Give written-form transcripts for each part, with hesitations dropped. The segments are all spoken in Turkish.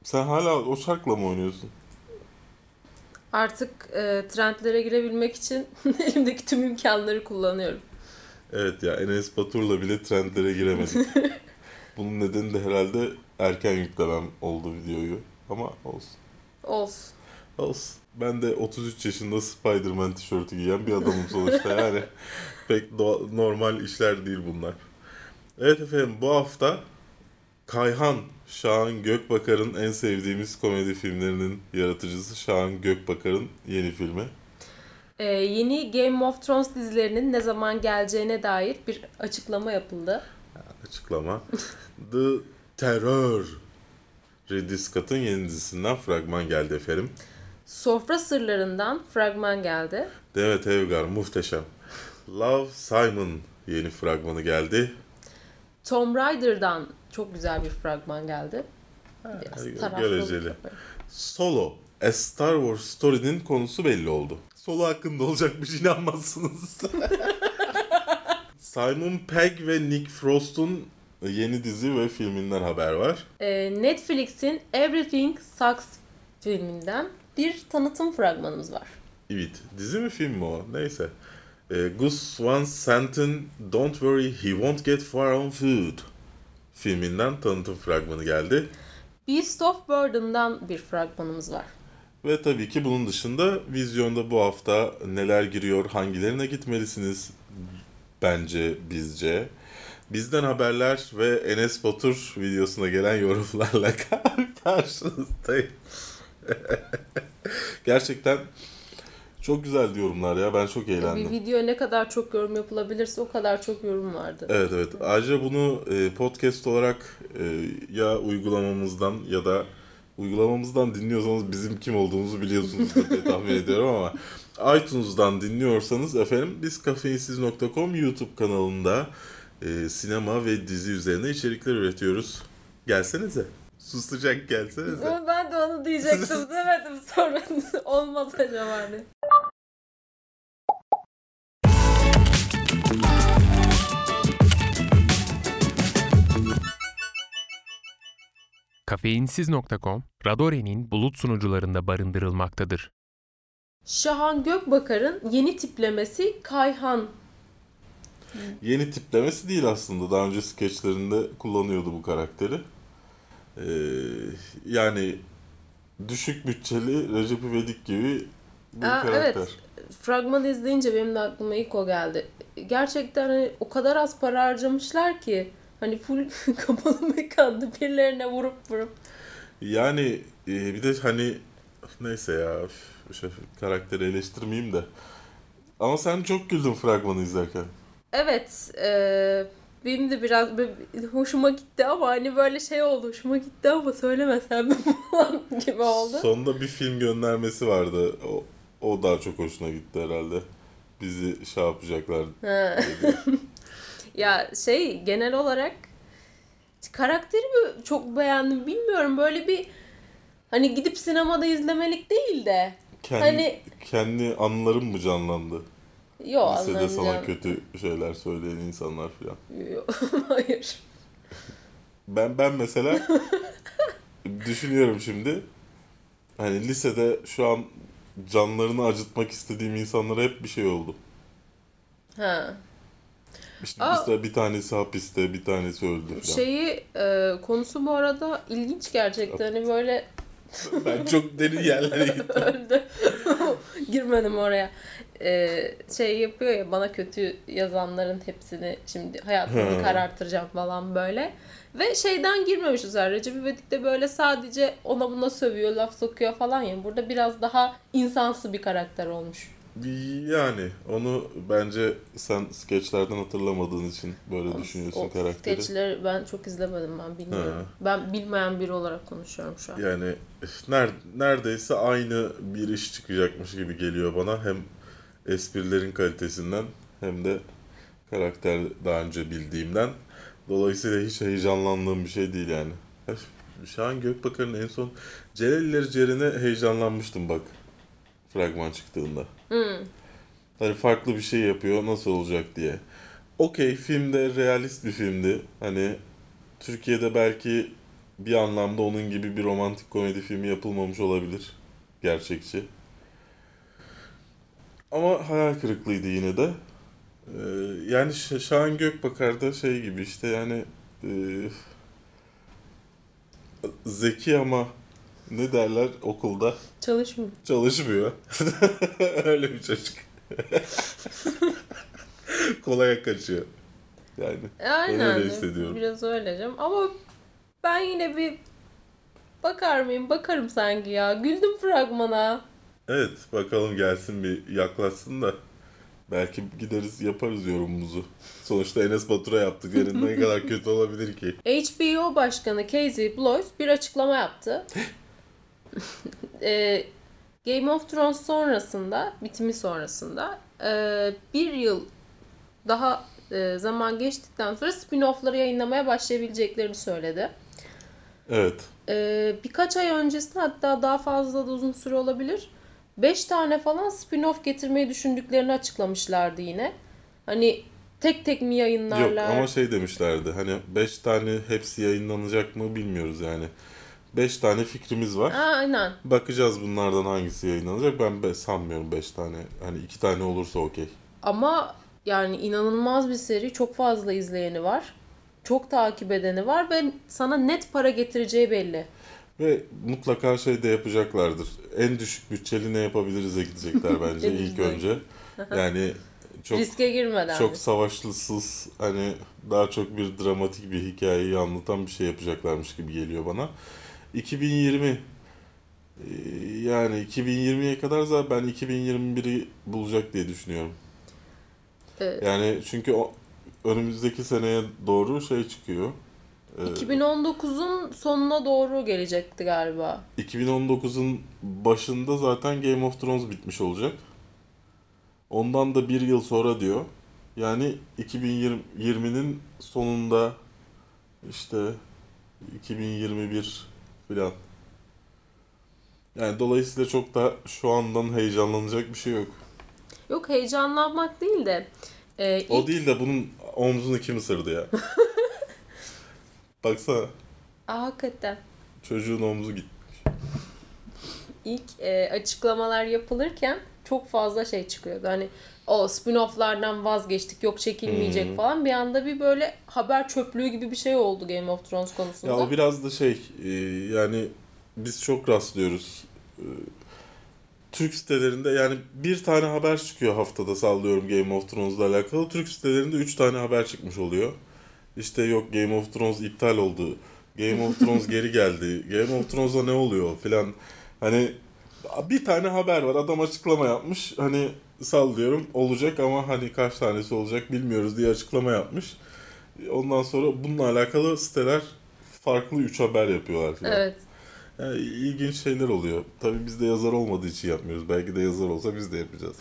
Sen hala o şarkıla mı oynuyorsun? Artık trendlere girebilmek için elimdeki tüm imkanları kullanıyorum. Evet ya, Enes Batur'la bile trendlere giremedik. Bunun nedeni de herhalde erken yüklemem oldu videoyu. Ama olsun. Olsun. Olsun. Ben de 33 yaşında Spider-Man tişörtü giyen bir adamım sonuçta yani. Pek normal işler değil bunlar. Evet efendim, bu hafta Kayhan, Şahan Gökbakar'ın en sevdiğimiz komedi filmlerinin yaratıcısı Şahan Gökbakar'ın yeni filmi. Yeni Game of Thrones dizilerinin ne zaman geleceğine dair bir açıklama yapıldı. Açıklama. The Terror. Ridley Scott'ın yeni dizisinden fragman geldi efendim. Sofra Sırlarından fragman geldi. Demet Evgar muhteşem. Love, Simon yeni fragmanı geldi. Tomb Raider'dan çok güzel bir fragman geldi. Biraz taraflı. Göreceli. Solo, A Star Wars Story'nin konusu belli oldu. Solo hakkında olacakmış, inanmazsınız. Simon Pegg ve Nick Frost'un yeni dizi ve filminden haber var. Netflix'in Everything Sucks filminden bir tanıtım fragmanımız var. Evet, dizi mi film mi o? Neyse. Gus Van Sant'ın Don't Worry He Won't Get Far on Food filminden tanıtım fragmanı geldi. Beast of Burden'dan bir fragmanımız var. Ve tabii ki bunun dışında vizyonda bu hafta neler giriyor, hangilerine gitmelisiniz bence bizce. Bizden haberler ve Enes Batur videosuna gelen yorumlarla karşınızdayım. Gerçekten çok güzel yorumlar ya, ben çok eğlendim. Bir videoya ne kadar çok yorum yapılabilirse o kadar çok yorum vardı. Evet. Ayrıca bunu podcast olarak ya uygulamamızdan ya da uygulamamızdan dinliyorsanız bizim kim olduğumuzu biliyorsunuz diye tahmin ediyorum ama iTunes'dan dinliyorsanız efendim biz kafeinsiz.com YouTube kanalında sinema ve dizi üzerine içerikler üretiyoruz. Gelsenize. Susacak gelsenize. Ama ben de onu diyecektim demedim sonra olmaz acaba diye. Kafeinsiz.com, Radore'nin bulut sunucularında barındırılmaktadır. Şahan Gökbakar'ın yeni tiplemesi Kayhan. Yeni tiplemesi değil aslında. Daha önce skeçlerinde kullanıyordu bu karakteri. Yani düşük bütçeli Recep İvedik gibi bir karakter. Evet. Fragmanı izleyince benim de aklıma ilk o geldi. Gerçekten hani o kadar az para harcamışlar ki hani full kapalı mekanda birilerine vurup. Yani bir de hani neyse ya, karakteri eleştirmeyeyim de. Ama sen çok güldün fragmanı izlerken. Evet. Benim de biraz hoşuma gitti ama hani böyle şey oldu. Hoşuma gitti ama söylemesem mi falan gibi oldu. Sonunda bir film göndermesi vardı. O daha çok hoşuna gitti herhalde. Bizi şey yapacaklar. Ya genel olarak karakterimi çok beğendim. Bilmiyorum, böyle bir hani gidip sinemada izlemelik değil de Kendi anılarım mı canlandı? Yok, lisede sana kötü şeyler söyleyen insanlar falan. Hayır. Ben mesela düşünüyorum şimdi. Hani lisede şu an canlarını acıtmak istediğim insanlara hep bir şey oldu. İşte mesela bir tanesi hapiste, bir tanesi öldü falan. Konusu bu arada ilginç gerçekten. Hani böyle ben çok derin yerlere gittim. öldü. Girmedim oraya. Yapıyor ya, bana kötü yazanların hepsini şimdi hayatını karartıracağım falan böyle. Ve şeyden girmemiş güzel. Recep İvedik de böyle sadece ona buna sövüyor, laf sokuyor falan ya. Burada biraz daha insansı bir karakter olmuş. Yani onu bence sen skeçlerden hatırlamadığın için böyle düşünüyorsun karakteri. Skeçleri ben çok izlemedim, ben bilmiyorum. Ben bilmeyen biri olarak konuşuyorum şu an. Yani neredeyse aynı bir iş çıkacakmış gibi geliyor bana. Hem esprilerin kalitesinden hem de karakter daha önce bildiğimden. Dolayısıyla hiç heyecanlandığım bir şey değil yani. Şahan Gökbakar'ın en son Celaliler Ceren'e heyecanlanmıştım bak. Fragman çıktığında. Hani farklı bir şey yapıyor, nasıl olacak diye. Okey, filmde realist bir filmdi. Hani Türkiye'de belki bir anlamda onun gibi bir romantik komedi filmi yapılmamış olabilir. Gerçekçi. Ama hayal kırıklığıydı yine de. Yani Şahan Gökbakar da şey gibi işte yani e, zeki ama ne derler okulda Çalışmıyor. çalışmıyor. Öyle bir çocuk. Kolaya kaçıyor. Yani ben Aynen. öyle hissediyorum. Biraz öyle canım. Ama ben yine bir bakar mıyım? Bakarım sanki ya. Güldüm fragmana. Evet, bakalım gelsin bir yaklaşsın da belki gideriz yaparız yorumumuzu. Sonuçta Enes Batur'a yaptık. Yani ne kadar kötü olabilir ki? HBO Başkanı Casey Bloys bir açıklama yaptı. Game of Thrones sonrasında, bitimi sonrasında bir yıl daha zaman geçtikten sonra spin-off'ları yayınlamaya başlayabileceklerini söyledi. Evet. Birkaç ay öncesinde, hatta daha fazla da uzun süre olabilir, 5 tane falan spin-off getirmeyi düşündüklerini açıklamışlardı yine. Hani tek tek mi Yok yayınlarlar? ama şey demişlerdi hani 5 tane hepsi yayınlanacak mı bilmiyoruz yani. 5 tane fikrimiz var. Aynen. Bakacağız bunlardan hangisi yayınlanacak. Ben sanmıyorum 5 tane. Hani 2 tane olursa okey. Ama yani inanılmaz bir seri. Çok fazla izleyeni var. Çok takip edeni var ve sana net para getireceği belli. Ve mutlaka şey de yapacaklardır. En düşük bütçeli ne yapabiliriz'e gidecekler bence ilk önce. Yani çok Riske girmeden. çok savaşlısız hani daha çok bir dramatik bir hikayeyi anlatan bir şey yapacaklarmış gibi geliyor bana. 2020 yani 2020'ye kadar zaten ben 2021'i bulacak diye düşünüyorum. Evet. Yani çünkü önümüzdeki seneye doğru şey çıkıyor. 2019'un sonuna doğru gelecekti galiba. 2019'un başında zaten Game of Thrones bitmiş olacak. Ondan da bir yıl sonra diyor. Yani 2020'nin sonunda işte 2021 filan. Yani dolayısıyla çok da şu andan heyecanlanacak bir şey yok. Yok, heyecanlanmak değil de O ilk... değil de bunun omzunu kim ısırdı ya? Baksana Hakikaten. çocuğun omzu gitti. İlk açıklamalar yapılırken çok fazla şey çıkıyordu. Hani o spin-off'lardan vazgeçtik, yok çekilmeyecek falan. Bir anda bir böyle haber çöplüğü gibi bir şey oldu Game of Thrones konusunda. Ya o biraz da şey yani biz çok rastlıyoruz. Türk sitelerinde yani bir tane haber çıkıyor haftada sallıyorum Game of Thrones'la alakalı. Türk sitelerinde 3 tane haber çıkmış oluyor. İşte yok Game of Thrones iptal oldu. Game of Thrones geri geldi. Game of Thrones'a ne oluyor filan. Hani bir tane haber var. Adam açıklama yapmış. Hani sallıyorum olacak ama hani kaç tanesi olacak bilmiyoruz diye açıklama yapmış. Ondan sonra bununla alakalı siteler farklı 3 haber yapıyorlar filan. Evet. Yani ilginç şeyler oluyor. Tabii biz de yazar olmadığı için yapmıyoruz. Belki de yazar olsa biz de yapacağız.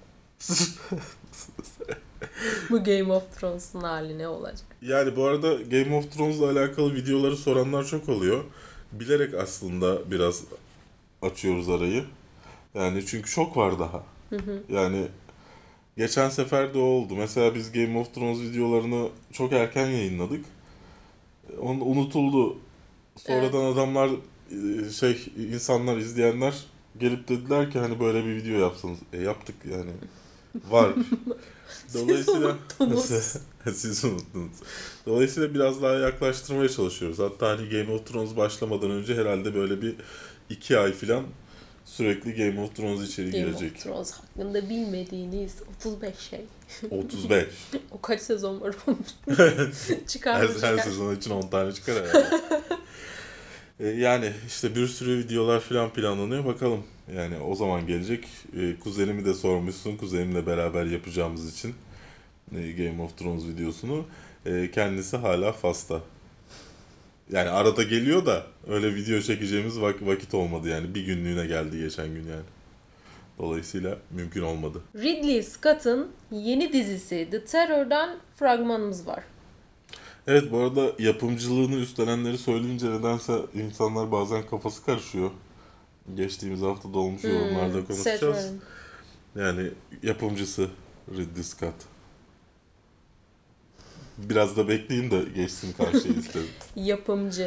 Bu Game of Thrones'un hali ne olacak? Yani bu arada Game of Thrones'la alakalı videoları soranlar çok oluyor. Bilerek aslında biraz açıyoruz arayı. Yani çünkü çok var daha. Yani geçen sefer de o oldu. Mesela biz Game of Thrones videolarını çok erken yayınladık. Unutuldu. Sonradan adamlar insanlar izleyenler gelip dediler ki hani böyle bir video yapsanız. Yaptık yani. Var. Dolayısıyla siz unuttunuz. Dolayısıyla biraz daha yaklaştırmaya çalışıyoruz. Hatta hani Game of Thrones başlamadan önce herhalde böyle bir 2 ay falan sürekli Game of Thrones içeri girecek. Game of Thrones hakkında bilmediğiniz 35 şey. 35. O kaç sezon var onun? Çıkar Her, mı her çıkar? sezon için 10 tane çıkar herhalde. Yani işte bir sürü videolar falan planlanıyor. Bakalım. Yani o zaman gelecek. Kuzenimi de sormuşsun. Kuzenimle beraber yapacağımız için Game of Thrones videosunu. Kendisi hala Fas'ta. Yani arada geliyor da öyle video çekeceğimiz vakit olmadı yani. Bir günlüğüne geldi geçen gün yani. Dolayısıyla mümkün olmadı. Ridley Scott'ın yeni dizisi The Terror'dan fragmanımız var. Evet bu arada yapımcılığını üstlenenleri söyleyince nedense insanlar bazen kafası karışıyor. Geçtiğimiz hafta da olmuş yorumlarda konuşacağız. Yani yapımcısı Ridley Scott. Biraz da bekleyeyim de geçsin karşıya istedim. Yapımcı.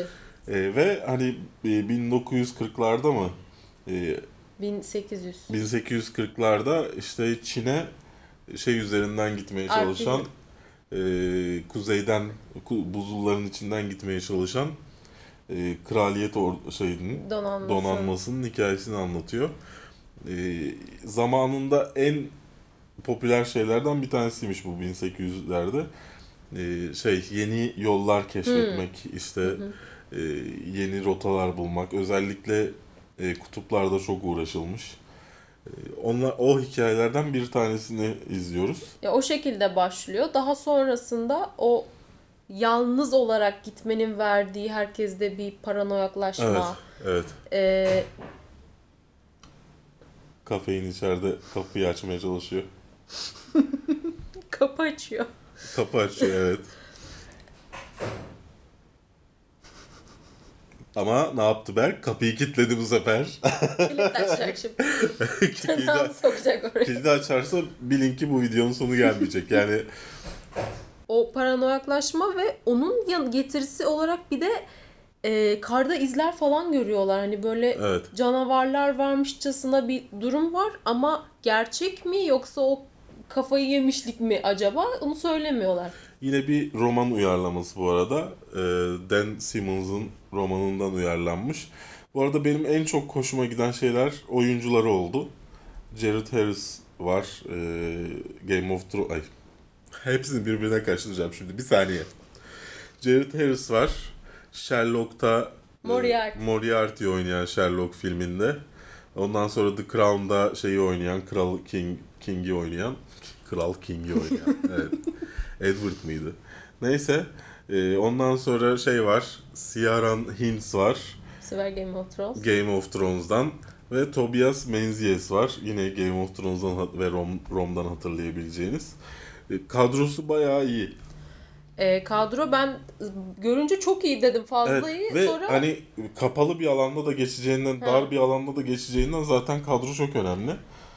Ve hani 1940'larda mı? 1800. 1840'larda işte Çin'e şey üzerinden gitmeye çalışan, kuzeyden buzulların içinden gitmeye çalışan kraliyet şeyinin donanmasının hikayesini anlatıyor. Zamanında en popüler şeylerden bir tanesiymiş bu 1800'lerde. Yeni yollar keşfetmek, işte yeni rotalar bulmak. Özellikle kutuplarda çok uğraşılmış. O hikayelerden bir tanesini izliyoruz. Ya o şekilde başlıyor. Daha sonrasında o yalnız olarak gitmenin verdiği herkeste bir paranoyaklaşma. Evet. Ee, Kafein içeride kapıyı açmaya çalışıyor. Kapı açıyor. Kapı açıyor, evet. Ama ne yaptı Berk? Kapıyı kilitledi bu sefer. Kilit açacak şimdi. Tırnağını sokacak oraya. Kilidi açarsa bilin ki bu videonun sonu gelmeyecek. Yani O paranoyaklaşma ve onun getirisi olarak bir de karda izler falan görüyorlar. Hani böyle evet. canavarlar varmışçasına bir durum var ama gerçek mi yoksa o kafayı yemişlik mi acaba? Onu söylemiyorlar. Yine bir roman uyarlaması bu arada. Dan Simmons'ın romanından uyarlanmış. Bu arada benim en çok hoşuma giden şeyler oyuncuları oldu. Jared Harris var. Game of Thrones... Hepsini birbirine karıştıracağım şimdi. Bir saniye. Jared Harris var. Sherlock'ta Moriarty oynayan Sherlock filminde. Ondan sonra The Crown'da şeyi oynayan, King'i oynayan. Evet. Edward mıydı? Neyse. Ondan sonra şey var. Ciaran Hinds var. Sever Game of Thrones. Game of Thrones'dan. Ve Tobias Menzies var. Yine Game of Thrones'dan ve Rome'dan hatırlayabileceğiniz. Kadrosu bayağı iyi. Kadro ben görünce çok iyi dedim, fazla evet, iyi. ve sonra hani kapalı bir alanda da geçeceğinden, dar bir alanda da geçeceğinden zaten kadro çok önemli.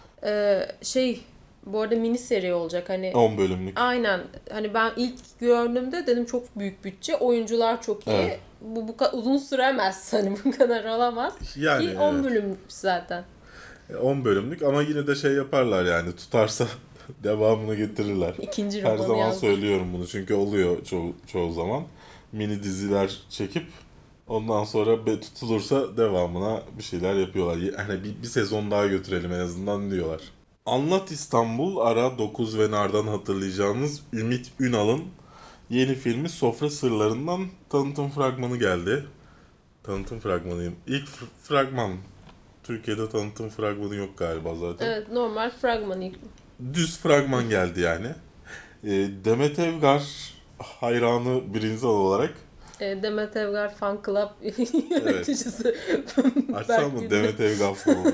Bu arada mini seri olacak hani. 10 bölümlük. Aynen. Hani ben ilk gördüğümde dedim çok büyük bütçe. Oyuncular çok iyi. Evet. Bu uzun süremez. Hani bu kadar olamaz. Yani ki 10 evet. bölümlük zaten. 10 bölümlük ama yine de şey yaparlar yani, tutarsa devamını getirirler. İkinci Her romanı zaman yazdım. söylüyorum bunu çünkü oluyor çoğu zaman. Mini diziler çekip ondan sonra tutulursa devamına bir şeyler yapıyorlar. Yani bir sezon daha götürelim en azından diyorlar. Anlat İstanbul Ara 9 ve Nar'dan hatırlayacağınız Ümit Ünal'ın yeni filmi Sofra Sırları'ndan tanıtım fragmanı geldi. Tanıtım fragmanıyım. İlk fragman. Türkiye'de tanıtım fragmanı yok galiba zaten. Evet, normal fragmanı. Düz fragman geldi yani. Demet Evgar hayranı bir insan olarak. Demet Evgar Fan Club yöneticisi. Açsam mı Demet Evgar forum?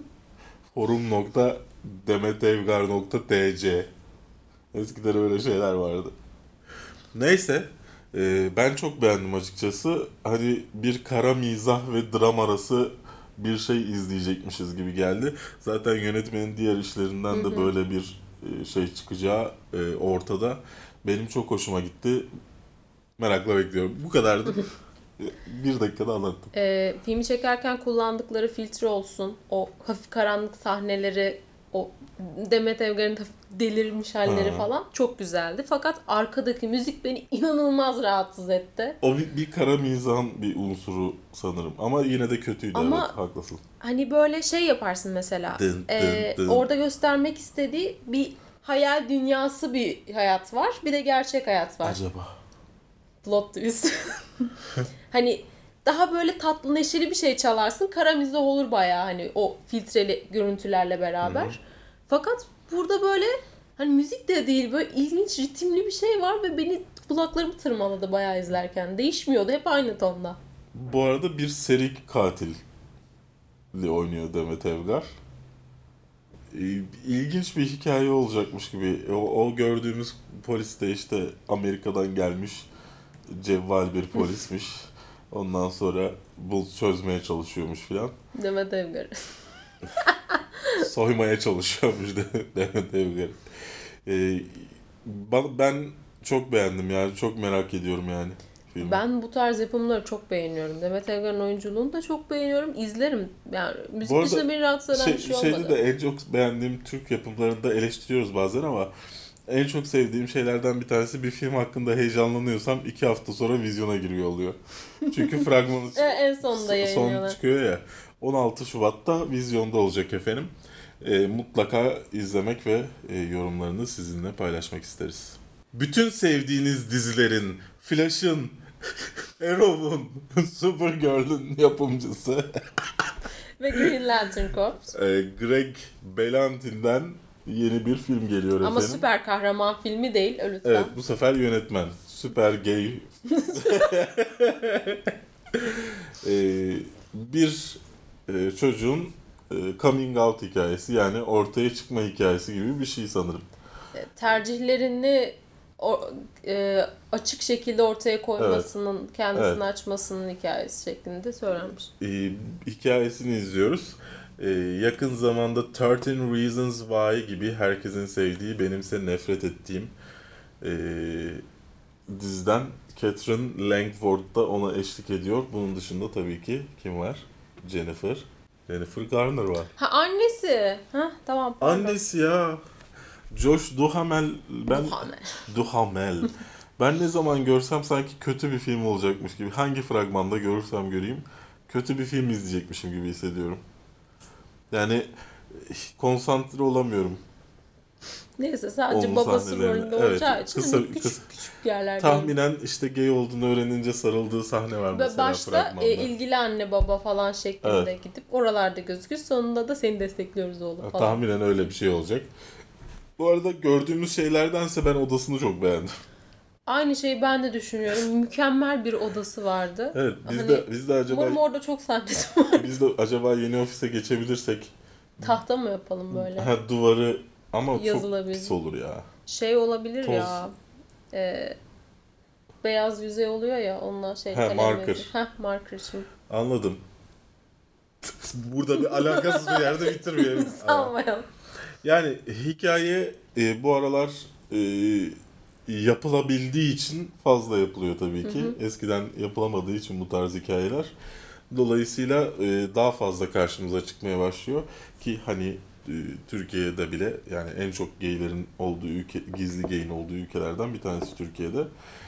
forum.demetevgar.tc. Eskiden öyle şeyler vardı. Neyse. Ben çok beğendim açıkçası. Hani bir kara mizah ve dram arası bir şey izleyecekmişiz gibi geldi. Zaten yönetmenin diğer işlerinden de böyle bir şey çıkacağı ortada. Benim çok hoşuma gitti. Merakla bekliyorum. Bu kadardı. Bir dakikada anlattım. Filmi çekerken kullandıkları filtre olsun, o hafif karanlık sahneleri, o Demet Evgar'ın hafif delirmiş halleri falan çok güzeldi. Fakat arkadaki müzik beni inanılmaz rahatsız etti. O bir kara mizahın bir unsuru sanırım. Ama yine de kötüydü. Ama evet, haklısın. hani böyle şey yaparsın mesela. Dın. Orada göstermek istediği bir hayal dünyası, bir hayat var. Bir de gerçek hayat var. Acaba? Plot twist. Hani daha böyle tatlı, neşeli bir şey çalarsın. Kara mizah olur bayağı, hani o filtreli görüntülerle beraber. Hı-hı. Fakat burada böyle hani müzik de değil, böyle ilginç ritimli bir şey var ve beni, kulaklarımı tırmaladı bayağı izlerken. Değişmiyordu, hep aynı tonda. Bu arada bir seri katil oynuyor Demet Evgar. İlginç bir hikaye olacakmış gibi. O gördüğümüz polis de işte Amerika'dan gelmiş cevval bir polismiş. Ondan sonra çözmeye çalışıyormuş filan. Demet Evgar. Soymaya çalışıyormuş Demet Evgar. Ben çok beğendim yani. Çok merak ediyorum yani filmi. Ben bu tarz yapımları çok beğeniyorum. Demet Evgar'ın oyunculuğunu da çok beğeniyorum. İzlerim. Yani müzik dışında beni rahatsız eden bir şey olmadı. Şeyde de en çok beğendiğim Türk yapımlarında eleştiriyoruz bazen ama en çok sevdiğim şeylerden bir tanesi bir film hakkında heyecanlanıyorsam 2 hafta sonra vizyona giriyor oluyor. Çünkü fragmanı En sonunda yayınlıyorlar. son çıkıyor ya. 16 Şubat'ta vizyonda olacak efendim. Mutlaka izlemek ve yorumlarını sizinle paylaşmak isteriz. Bütün sevdiğiniz dizilerin, Flash'ın, Arrow'un, Supergirl'ün yapımcısı Ve Green Lantern Corps. Greg Berlanti'nden yeni bir film geliyor efendim. Ama süper kahraman filmi değil lütfen. Evet, bu sefer yönetmen. Süper gay. Bir çocuğun coming out hikayesi, yani ortaya çıkma hikayesi gibi bir şey sanırım. Tercihlerini açık şekilde ortaya koymasının, kendisini açmasının hikayesi şeklinde söylenmiş. Hikayesini izliyoruz. Yakın zamanda 13 Reasons Why gibi herkesin sevdiği, benimse nefret ettiğim diziden Catherine Langford da ona eşlik ediyor. Bunun dışında tabii ki kim var? Jennifer Garner var. Ha, annesi. Ha, tamam. Pardon. Annesi ya. Josh Duhamel. Duhamel. Ben ne zaman görsem sanki kötü bir film olacakmış gibi. Hangi fragmanda görürsem göreyim kötü bir film izleyecekmişim gibi hissediyorum. Yani konsantre olamıyorum. Neyse, sadece Onun babası sahnelerine. rolünde olacağı için küçük yerlerde. Tahminen işte gay olduğunu öğrenince sarıldığı sahne var mesela başta fragmanda. ilgili anne baba falan şeklinde gidip oralarda gözükür. Sonunda da seni destekliyoruz oğlum falan. Tahminen öyle bir şey olacak. Bu arada gördüğümüz şeylerdense ben odasını çok beğendim. Aynı şeyi ben de düşünüyorum. Mükemmel bir odası vardı. Evet, biz de acaba umarım orada çok sahnesi var. biz de acaba yeni ofise geçebilirsek Tahta mı yapalım böyle? Duvarı ama çok Yazılabilir. pis olur ya. Şey olabilir Toz. ya. Beyaz yüzey oluyor ya, onunla kalem marker. yapıyor. Marker şimdi. Anladım. Burada bir alakasız bir yerde bitirmeyelim. Sanmayalım. Yani hikaye bu aralar yapılabildiği için fazla yapılıyor tabii ki. Eskiden yapılamadığı için bu tarz hikayeler. Dolayısıyla daha fazla karşımıza çıkmaya başlıyor ki hani Türkiye'de bile, yani en çok gaylerin olduğu ülke, gizli gay'in olduğu ülkelerden bir tanesi Türkiye'de.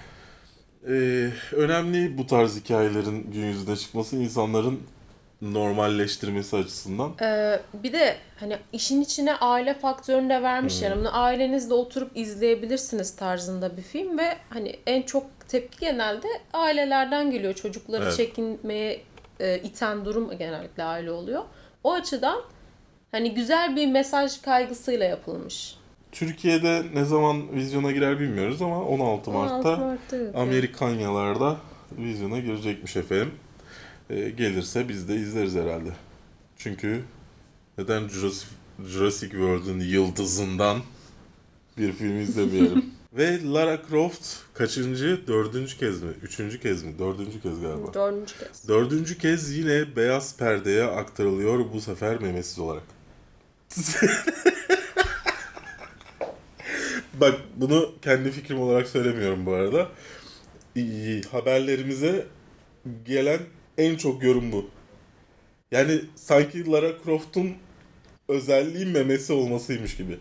Önemli bu tarz hikayelerin gün yüzüne çıkması, insanların normalleştirmesi açısından. Bir de hani işin içine aile faktörünü de vermiş yani. Bunu ailenizle oturup izleyebilirsiniz tarzında bir film ve hani en çok tepki genelde ailelerden geliyor. Çocukları çekinmeye iten durum genellikle aile oluyor. O açıdan hani güzel bir mesaj kaygısıyla yapılmış. Türkiye'de ne zaman vizyona girer bilmiyoruz ama 16 Mart'ta Amerikanyalarda vizyona girecekmiş efendim. Gelirse biz de izleriz herhalde. Çünkü neden Jurassic World'un yıldızından bir film izlemeyelim? Ve Lara Croft kaçıncı? Dördüncü kez mi? Üçüncü kez mi? Dördüncü kez galiba. Dördüncü kez. Dördüncü kez yine beyaz perdeye aktarılıyor, bu sefer memesiz olarak. Bak, bunu kendi fikrim olarak söylemiyorum bu arada. Haberlerimize gelen en çok yorum bu. Yani sanki Lara Croft'un özelliği memesi olmasıymış gibi.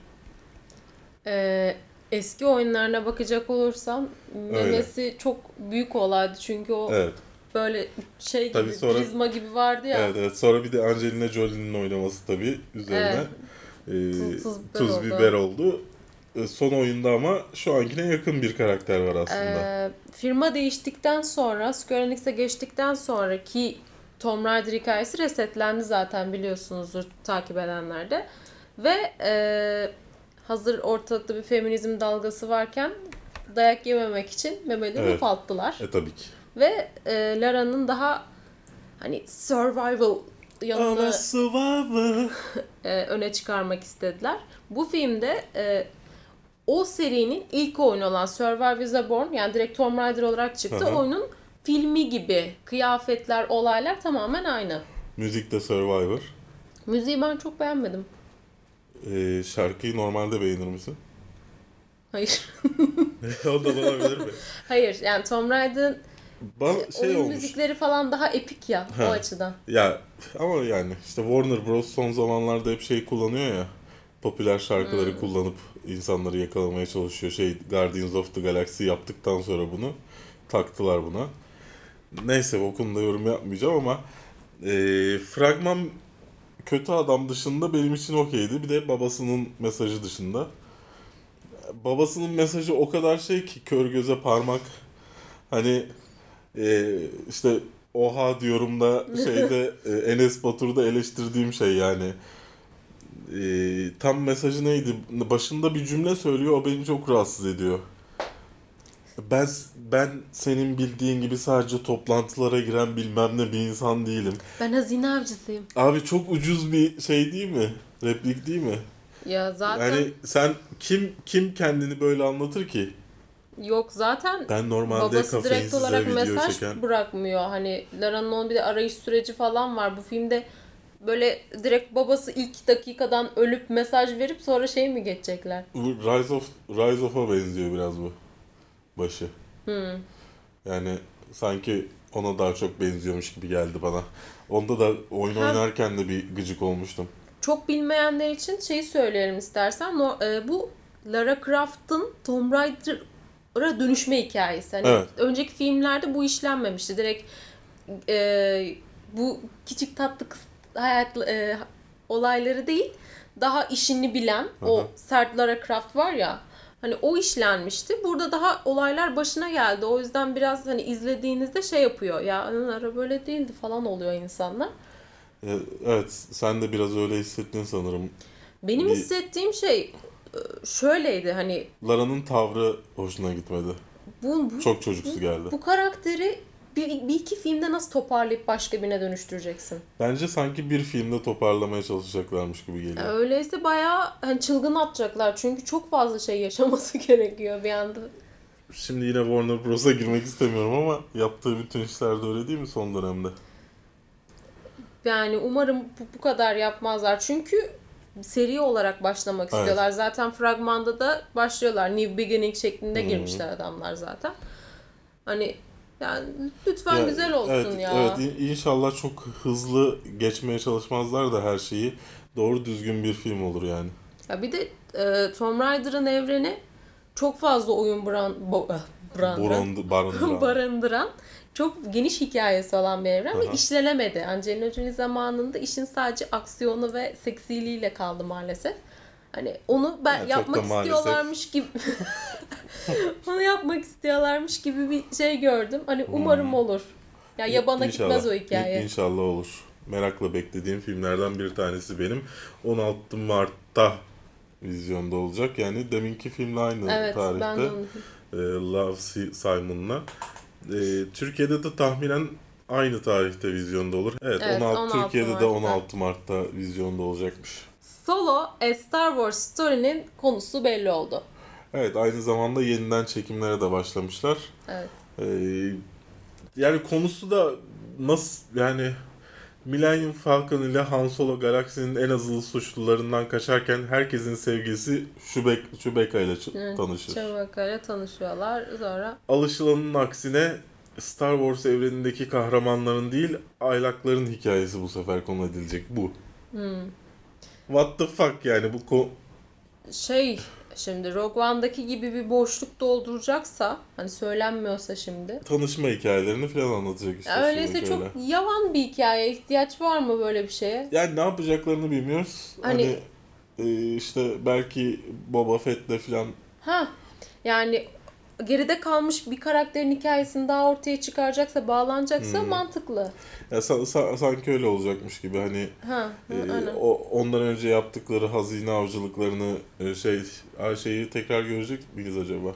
Eski oyunlarına bakacak olursam memesi çok büyük olaydı çünkü o böyle şey gibi, prizma gibi vardı ya. Evet. Sonra bir de Angelina Jolie'nin oynaması tabii üzerine tuz biber oldu. Son oyunda ama şu ankine yakın bir karakter var aslında. Firma değiştikten sonra, Square Enix'e geçtikten sonraki Tomb Raider hikayesi resetlendi zaten, biliyorsunuzdur takip edenler de. Ve hazır ortalıkta bir feminizm dalgası varken dayak yememek için memeleri ufalttılar. Tabii ki. Ve Lara'nın daha hani survival yanını öne çıkarmak istediler. Bu filmde o serinin ilk oyunu olan Survivor the Born, yani direkt Tomb Raider olarak çıktı. Oyunun filmi gibi kıyafetler, olaylar tamamen aynı. Müzik de Survivor. Müziği ben çok beğenmedim. Şarkıyı normalde beğenir misin? Hayır. Ondan olabilir mi? Hayır, yani Tomb Raider'ın oyun olmuş. müzikleri falan daha epik ya o açıdan. Ya ama yani işte Warner Bros. Son zamanlarda hep şey kullanıyor ya. Popüler şarkıları kullanıp insanları yakalamaya çalışıyor. Guardians of the Galaxy yaptıktan sonra bunu taktılar buna. Neyse o konuda yorum yapmayacağım ama fragman kötü adam dışında benim için okeydi. Bir de babasının mesajı dışında. Babasının mesajı o kadar şey ki kör göze parmak. Hani işte oha diyorum da Enes Batur'da eleştirdiğim şey yani. Tam mesajı neydi? Başında bir cümle söylüyor, o beni çok rahatsız ediyor. Ben senin bildiğin gibi sadece toplantılara giren bilmem ne bir insan değilim. Ben hazine avcısıyım. Abi çok ucuz bir şey değil mi? Replik değil mi? Ya zaten Yani sen kim kendini böyle anlatır ki? yok zaten Ben normalde babası direkt kafeinsize olarak video mesaj çeken... bırakmıyor. Hani Lara'nın onun bir de arayış süreci falan var. Bu filmde böyle direkt babası ilk dakikadan ölüp mesaj verip sonra şey mi geçecekler? Bu Rise of'a benziyor biraz bu başı. Yani sanki ona daha çok benziyormuş gibi geldi bana. Onda da oyun oynarken de bir gıcık olmuştum. Çok bilmeyenler için şeyi söyleyelim istersen. Bu Lara Croft'ın Tomb Raider'a dönüşme hikayesi. Hani Evet. önceki filmlerde bu işlenmemişti. Direkt bu küçük tatlı hayat olayları değil, daha işini bilen o sert Lara Croft var ya. Hani o işlenmişti. Burada daha olaylar başına geldi. O yüzden biraz hani izlediğinizde şey yapıyor. Ya Lara böyle değildi falan oluyor insanlar. Evet, sen de biraz öyle hissettin sanırım. Benim hissettiğim şey şöyleydi hani Lara'nın tavrı hoşuna gitmedi. Çok çocuksu geldi. Bu karakteri bir iki filmde nasıl toparlayıp başka birine dönüştüreceksin? Bence sanki bir filmde toparlamaya çalışacaklarmış gibi geliyor. Öyleyse bayağı hani çılgın atacaklar. Çünkü çok fazla şey yaşaması gerekiyor bir anda. Şimdi yine Warner Bros'a girmek istemiyorum ama yaptığı bütün işler de öyle değil mi son dönemde? Yani umarım bu kadar yapmazlar. Çünkü seri olarak başlamak istiyorlar. Zaten fragmanda da başlıyorlar. New Beginning şeklinde girmişler adamlar zaten. Hani yani lütfen güzel olsun ya. Evet, inşallah çok hızlı geçmeye çalışmazlar da her şeyi. Doğru düzgün bir film olur yani. Ya bir de Tomb Raider'ın evreni çok fazla oyun barındıran çok geniş hikayesi olan bir evren ve işlenemedi. Angelina Jolie zamanında işin sadece aksiyonu ve seksiliğiyle kaldı maalesef. Hani onu yapmak istiyorlarmış gibi onu yapmak istiyorlarmış gibi bir şey gördüm. Hani umarım olur. Ya yabana gitmez o hikaye. İnşallah olur. Merakla beklediğim filmlerden bir tanesi benim. 16 Mart'ta vizyonda olacak. Yani deminki filmle aynı tarihte. Ben de Love Simon'la. Türkiye'de de tahminen aynı tarihte vizyonda olur. Evet 16 Türkiye'de Mart'ta. De 16 Mart'ta vizyonda olacakmış. Solo A Star Wars Story'nin konusu belli oldu. Evet, aynı zamanda yeniden çekimlere de başlamışlar. Evet. Yani konusu da nasıl yani Millennium Falcon ile Han Solo galaksinin en azılı suçlularından kaçarken herkesin sevgilisi Chewbacca ile tanışır. Chewbacca ile tanışıyorlar sonra. Alışılanın aksine Star Wars evrenindeki kahramanların değil, aylakların hikayesi bu sefer konu edilecek bu. What the fuck yani bu Şimdi Rogue One'daki gibi bir boşluk dolduracaksa hani söylenmiyorsa şimdi. Tanışma hikayelerini falan anlatacak işte. Öyleyse çok yavan bir hikaye. İhtiyaç var mı böyle bir şeye? Yani ne yapacaklarını bilmiyoruz. Hani işte belki Boba Fett'le falan. Yani geride kalmış bir karakterin hikayesini daha ortaya çıkaracaksa, bağlanacaksa mantıklı. Ya sanki öyle olacakmış gibi hani ondan önce yaptıkları hazine avcılıklarını şeyi tekrar görecek miyiz acaba?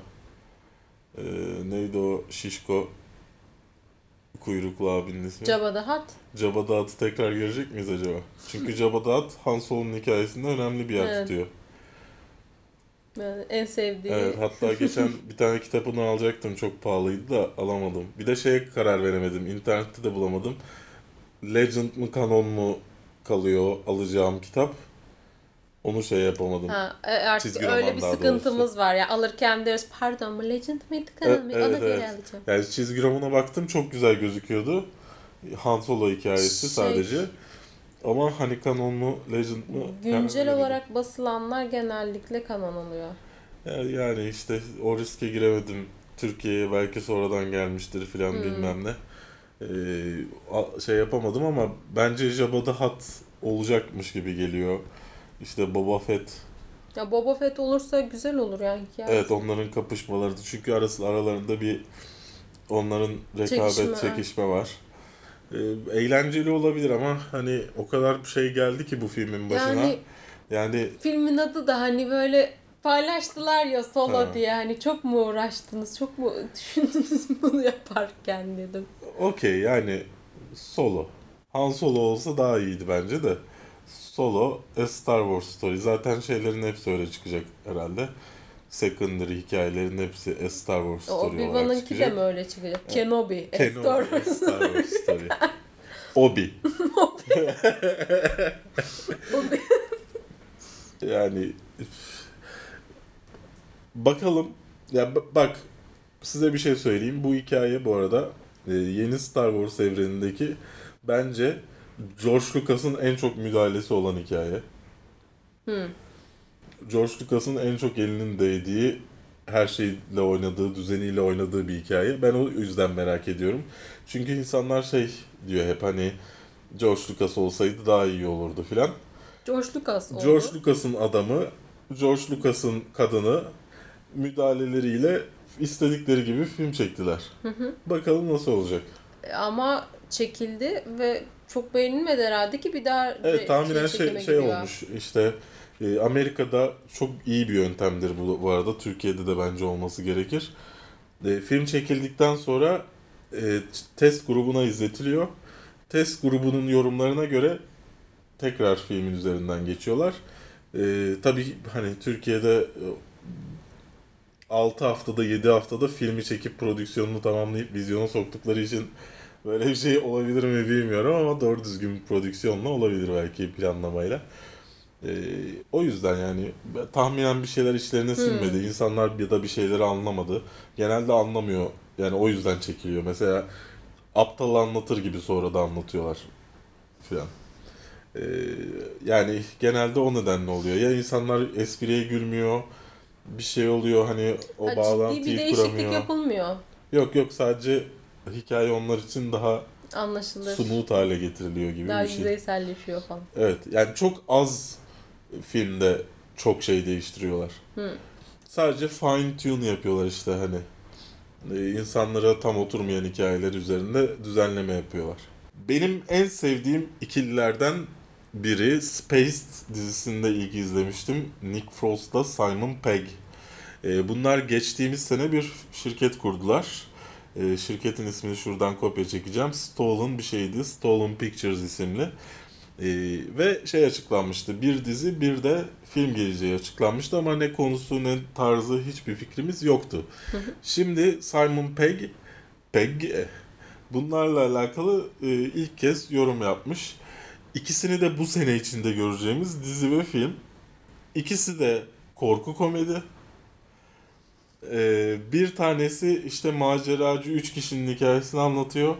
Neydi o şişko kuyruklu abinin ismi? Jabba the Hutt. Jabba the Hutt'ı tekrar görecek miyiz acaba? Çünkü Jabba the Hutt Han Solo'nun hikayesinde önemli bir yer tutuyor. Yani en sevdiği. Evet, hatta geçen bir tane kitabını alacaktım, çok pahalıydı da alamadım. Bir de şeye karar veremedim, internette de bulamadım. Legend mı kanon mu kalıyor alacağım kitap. Onu şey yapamadım. Artık Çizgi öyle roman bir daha sıkıntımız var ya. Alırken diyoruz pardon mu Legend miydi kanon muydu? Ona göre alacağım. Yani çizgi romana baktım, çok güzel gözüküyordu. Han Solo hikayesi sadece. Ama hani kanon mu Legend mu? Güncel olarak basılanlar genellikle kanon oluyor. Yani işte o riske giremedim. Türkiye'ye belki sonradan gelmiştir filan bilmem ne. Şey yapamadım ama bence Jabba the Hutt olacakmış gibi geliyor. İşte Boba Fett. Ya Boba Fett olursa güzel olur yani hikayesi. Evet, onların kapışmaları. Çünkü aralarında bir onların çekişme var. Eğlenceli olabilir ama hani o kadar şey geldi ki bu filmin başına. Yani filmin adı da hani böyle paylaştılar ya Solo diye, hani çok mu uğraştınız, çok mu düşündünüz bunu yaparken dedim. Okey, yani Solo. Han Solo olsa daha iyiydi bence de. Solo, A Star Wars Story. Zaten şeylerin hepsi öyle çıkacak herhalde. Secondary hikayelerin hepsi A Star Wars Story olarak çıkacak. Obi-Wan'ınki de mi öyle çıkacak? Evet. Kenobi, A Star Wars Story. Obi. Obi. Yani bakalım. Ya bak, size bir şey söyleyeyim. Bu hikaye bu arada yeni Star Wars evrenindeki bence George Lucas'ın en çok müdahalesi olan hikaye. George Lucas'ın en çok elinin değdiği, her şeyle oynadığı, düzeniyle oynadığı bir hikaye. Ben o yüzden merak ediyorum. Çünkü insanlar şey diyor hep, hani George Lucas olsaydı daha iyi olurdu filan. George Lucas oldu. George Lucas'ın adamı, George Lucas'ın kadını müdahaleleriyle istedikleri gibi film çektiler. Bakalım nasıl olacak. Ama çekildi ve çok beğenilmedi herhalde ki bir daha tahminen şey olmuş işte, Amerika'da çok iyi bir yöntemdir bu arada. Türkiye'de de bence olması gerekir. Film çekildikten sonra test grubuna izletiliyor. Test grubunun yorumlarına göre tekrar filmin üzerinden geçiyorlar. Tabii hani Türkiye'de 6 haftada 7 haftada filmi çekip prodüksiyonunu tamamlayıp vizyona soktukları için böyle bir şey olabilir mi bilmiyorum ama doğru düzgün bir prodüksiyonla olabilir belki, planlamayla. O yüzden yani tahminen bir şeyler içlerine sinmedi. İnsanlar ya da bir şeyleri anlamadı. Genelde anlamıyor. Yani o yüzden çekiliyor. Mesela aptal anlatır gibi sonra da anlatıyorlar filan. Yani genelde o nedenle oluyor. Ya insanlar espriye gülmüyor, bir şey oluyor, hani o bağlantıyı ciddi bir kuramıyor. değişiklik yapılmıyor. Yok sadece hikaye onlar için daha anlaşılır, smooth hale getiriliyor gibi daha bir şey. Daha yüzeyselleşiyor falan. Evet, yani çok az filmde çok şey değiştiriyorlar. Sadece fine tune yapıyorlar işte, hani insanlara tam oturmayan hikayeler üzerinde düzenleme yapıyorlar. Benim en sevdiğim ikililerden biri, Spaced dizisinde ilk izlemiştim. Nick Frost'la Simon Pegg. Bunlar geçtiğimiz sene bir şirket kurdular. Şirketin ismini şuradan kopya çekeceğim. Stolen bir şeydi. Stolen Pictures isimli. Ve şey açıklanmıştı. Bir dizi bir de film geleceği açıklanmıştı ama ne konusu ne tarzı hiçbir fikrimiz yoktu. Şimdi Simon Pegg bunlarla alakalı ilk kez yorum yapmış. İkisini de bu sene içinde göreceğimiz dizi ve film. İkisi de korku komedi. Bir tanesi işte maceracı 3 kişinin hikayesini anlatıyor.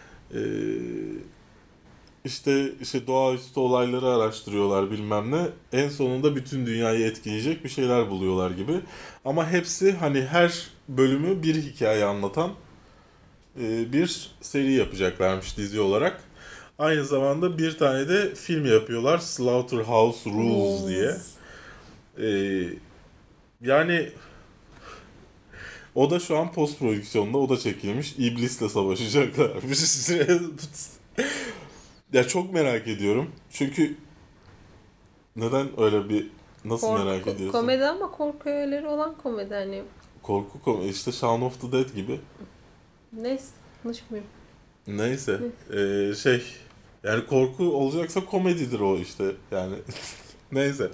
İşte doğaüstü olayları araştırıyorlar bilmem ne. En sonunda bütün dünyayı etkileyecek bir şeyler buluyorlar gibi. Ama hepsi hani her bölümü bir hikaye anlatan bir seri yapacaklarmış dizi olarak. Aynı zamanda bir tane de film yapıyorlar. Slaughterhouse Rules diye. Yani o da şu an post prodüksiyonda, o da çekilmiş. İblisle savaşacaklar. Ya çok merak ediyorum. Çünkü neden öyle bir, nasıl merak ediyorsun? Komedi ama korku öğeleri olan komedi hani. Korku komedi işte Shaun of the Dead gibi. Neyse konuşmuyorum. Neyse. Yani korku olacaksa komedidir o işte yani. Neyse.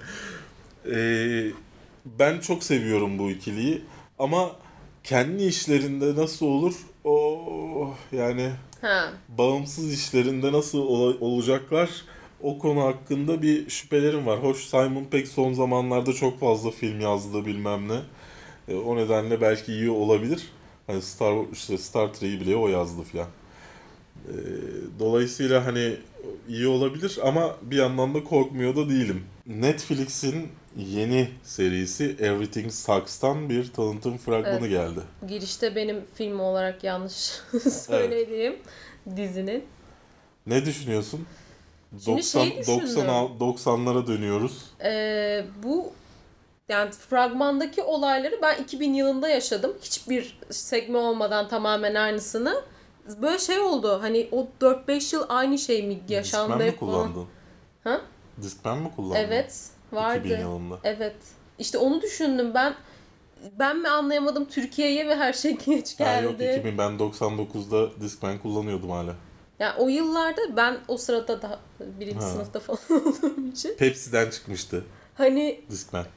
Ben çok seviyorum bu ikiliyi ama kendi işlerinde nasıl olur yani bağımsız işlerinde nasıl olacaklar, o konu hakkında bir şüphelerim var. Hoş, Simon Pegg son zamanlarda çok fazla film yazdı bilmem ne. O nedenle belki iyi olabilir. Hani Star Trek'i bile o yazdı filan. Dolayısıyla hani iyi olabilir ama bir yandan da korkmuyor da değilim. Netflix'in yeni serisi Everything Sucks'tan bir tanıtım fragmanı geldi. Girişte benim film olarak yanlış söylediğim dizinin. Ne düşünüyorsun? Şimdi 90'lara dönüyoruz. Bu yani fragmandaki olayları ben 2000 yılında yaşadım. Hiçbir sekme olmadan tamamen aynısını. Böyle şey oldu. Hani o 4-5 yıl aynı şey mi yaşandı? Discman mi kullandın? Ha? Discman mi kullandın? Evet. Vardı. 2000 yılında. Evet. İşte onu düşündüm ben. Ben mi anlayamadım Türkiye'ye ve her şey geç geldi. Yok 2000, ben 99'da Discman kullanıyordum hala. Yani o yıllarda ben o sırada da birinci sınıfta falan olduğum için. Pepsi'den çıkmıştı Hani Discman.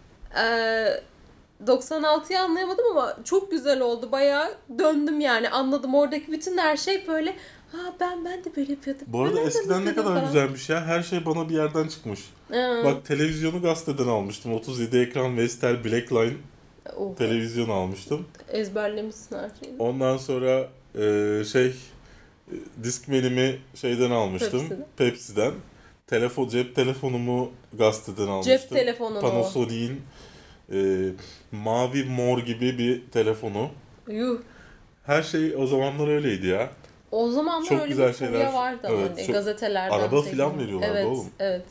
96'yı anlayamadım ama çok güzel oldu. Bayağı döndüm yani. Anladım oradaki bütün her şey böyle. Ben de böyle yapıyordum. Bu arada eskiden ne kadar güzelmiş ya. Her şey bana bir yerden çıkmış. Bak televizyonu gazeteden almıştım. 37 ekran Vestel Blackline televizyon almıştım. Ezberlemişsin her şeyi. Ondan sonra Discman'imi şeyden almıştım. Pepsi'den. Cep telefonumu gazeteden almıştım. Cep telefonu Panasonic'in mavi mor gibi bir telefonu. Yuh. Her şey o zamanlar öyleydi ya. O zamanlar çok öyle güzel bir furya şeyler vardı evet, hani gazetelerden. Araba filan veriyorlardı oğlum. Evet.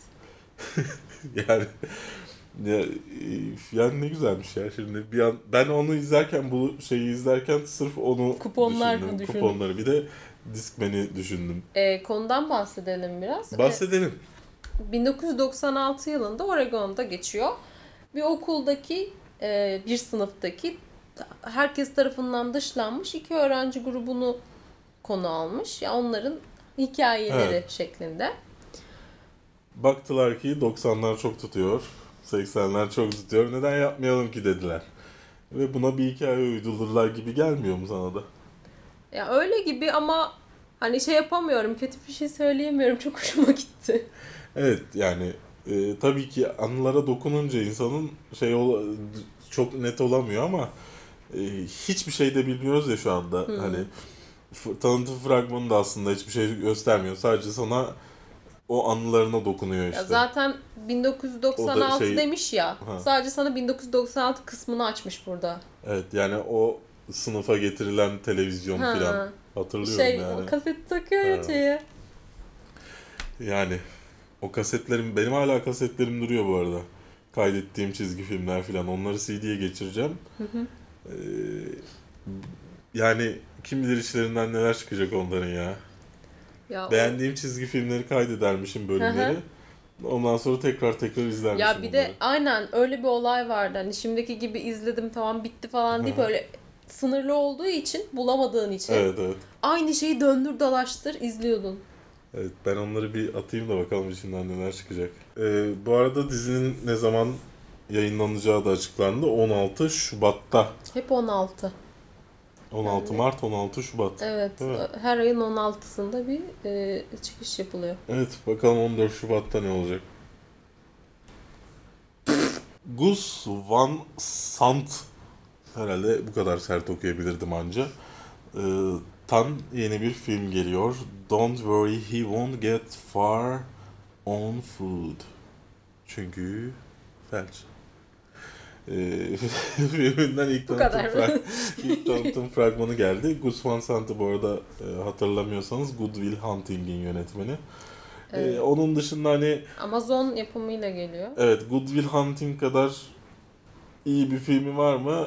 Yani ne güzelmiş ya şimdi. Ben onu izlerken, bu şeyi izlerken sırf onu düşündüm. Kuponları. Bir de Discman'i düşündüm. Konudan bahsedelim biraz. Bahsedelim. 1996 yılında Oregon'da geçiyor. Bir okuldaki, bir sınıftaki herkes tarafından dışlanmış 2 öğrenci grubunu konu almış. Ya onların hikayeleri şeklinde. Baktılar ki 90'lar çok tutuyor, 80'ler çok tutuyor. Neden yapmayalım ki dediler. Ve buna bir hikaye uydururlar gibi gelmiyor mu sana da? Ya öyle gibi ama hani şey yapamıyorum, kötü bir şey söyleyemiyorum. Çok hoşuma gitti. Evet yani tabii ki anılara dokununca insanın çok net olamıyor ama hiçbir şey de bilmiyoruz ya şu anda. Hani tanıtım fragmanı da aslında hiçbir şey göstermiyor. Sadece sana o anılarına dokunuyor işte. Ya zaten 1996 demiş ya. Sadece sana 1996 kısmını açmış burada. Evet yani o sınıfa getirilen televizyon falan hatırlıyorum yani. O kaseti takıyor ya şeye. Yani o kasetlerim, benim hala kasetlerim duruyor bu arada. Kaydettiğim çizgi filmler falan, onları CD'ye geçireceğim. Yani kim bilir içlerinden neler çıkacak onların ya. Beğendiğim çizgi filmleri kaydedermişim, bölümleri. Ondan sonra tekrar izlermişim. Ya bir de aynen öyle bir olay vardı. Hani şimdiki gibi izledim tamam bitti falan değil, böyle sınırlı olduğu için, bulamadığın için. Evet. Aynı şeyi döndür dolaştır izliyordun. Evet, ben onları bir atayım da bakalım içinden neler çıkacak. Bu arada dizinin ne zaman yayınlanacağı da açıklandı. 16 Şubat'ta. Hep 16. 16 Mart, 16 Şubat. Evet. Her ayın 16'sında bir çıkış yapılıyor. Evet, bakalım 14 Şubat'ta ne olacak. Gus Van Sant, herhalde bu kadar sert okuyabilirdim anca. Tan yeni bir film geliyor. Don't worry, he won't get far on food. Çünkü felç. Filminden ilk tanıtım fragmanı geldi. Gus Van Sant'ı bu arada hatırlamıyorsanız Good Will Hunting'in yönetmeni. Evet. Onun dışında hani Amazon yapımıyla geliyor. Evet, Good Will Hunting kadar iyi bir filmi var mı?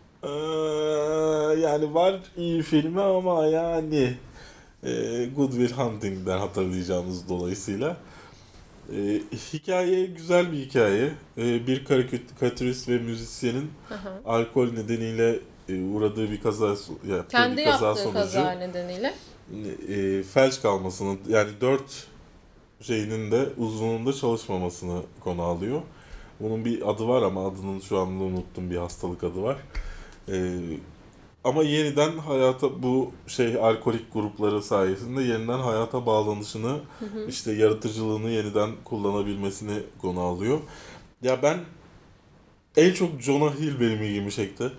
Yani var iyi filmi ama yani Good Will Hunting'den hatırlayacağınız dolayısıyla. Hikaye güzel bir hikaye. Bir karikatürist ve müzisyenin alkol nedeniyle uğradığı bir kaza yaptığı sonucu kaza nedeniyle felç kalmasını, yani 4 şeyinin de uzunluğunda çalışmamasını konu alıyor. Bunun bir adı var ama adının şu anda unuttum, bir hastalık adı var. ama yeniden hayata bu alkolik grupları sayesinde yeniden hayata bağlanışını işte yaratıcılığını yeniden kullanabilmesini konu alıyor. Ya ben en çok Jonah Hill benim ilgimi çekti.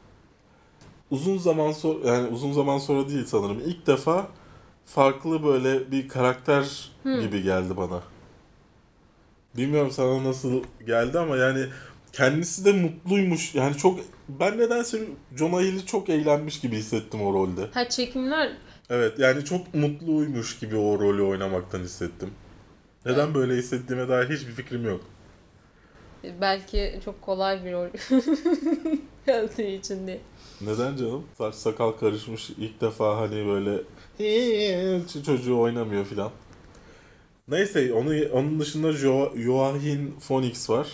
Uzun zaman sonra değil sanırım. İlk defa farklı böyle bir karakter gibi geldi bana. Bilmiyorum sana nasıl geldi ama yani kendisi de mutluymuş. Yani çok ben nedense Jonah Hill'i çok eğlenmiş gibi hissettim o rolde. Ha, çekimler Evet yani çok mutluymuş gibi o rolü oynamaktan hissettim. Neden böyle hissettiğime dair hiçbir fikrim yok. belki çok kolay bir rol geldiği için değil. Neden canım? Saç sakal karışmış ilk defa hani böyle çocuğu oynamıyor filan. Neyse onun dışında Joaquin Phoenix var.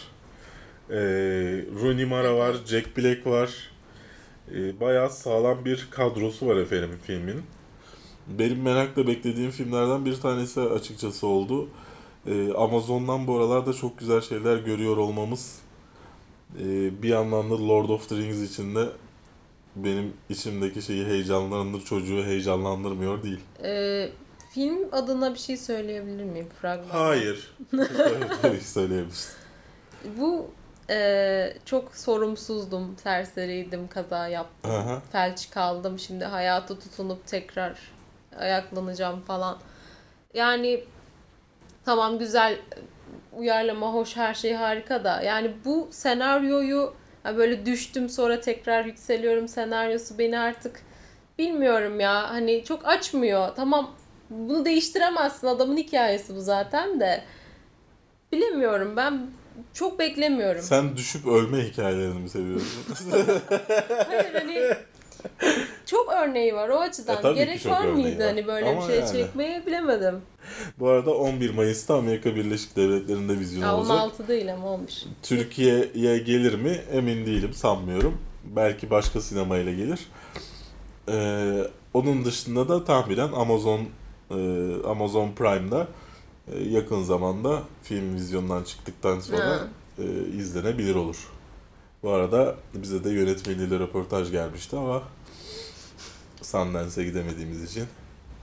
Rooney Mara var, Jack Black var. Bayağı sağlam bir kadrosu var efendim filmin. Benim merakla beklediğim filmlerden bir tanesi açıkçası oldu. Amazon'dan bu aralarda çok güzel şeyler görüyor olmamız bir yandan da Lord of the Rings için de benim içimdeki şeyi çocuğu heyecanlandırmıyor değil. Film adına bir şey söyleyebilir miyim? Fragman. Hayır. Tabii söyleyebilirsin. Bu çok sorumsuzdum, serseriydim, kaza yaptım, Aha. felç kaldım, şimdi hayata tutunup tekrar ayaklanacağım falan. Yani tamam, güzel uyarlama, hoş, her şey harika da yani bu senaryoyu böyle düştüm sonra tekrar yükseliyorum senaryosu beni artık bilmiyorum ya, hani çok açmıyor. Tamam, bunu değiştiremezsin, adamın hikayesi bu zaten de bilemiyorum, ben çok beklemiyorum. Sen düşüp ölme hikayelerini mi seviyorsun? Hayır, hani çok örneği var o açıdan. tabii ki Gerek çok var örneği mıydı var. hani böyle Ama bir şey yani. çekmeye, bilemedim. Bu arada 11 Mayıs'ta Amerika Birleşik Devletleri'nde vizyon olacak. 16 değil ama olmuş. Türkiye'ye gelir mi emin değilim, sanmıyorum. Belki başka sinemayla gelir. Onun dışında da tahminen Amazon Prime'da yakın zamanda film vizyondan çıktıktan sonra izlenebilir olur. Bu arada bize de yönetmeniyle röportaj gelmişti ama Sundance'e gidemediğimiz için.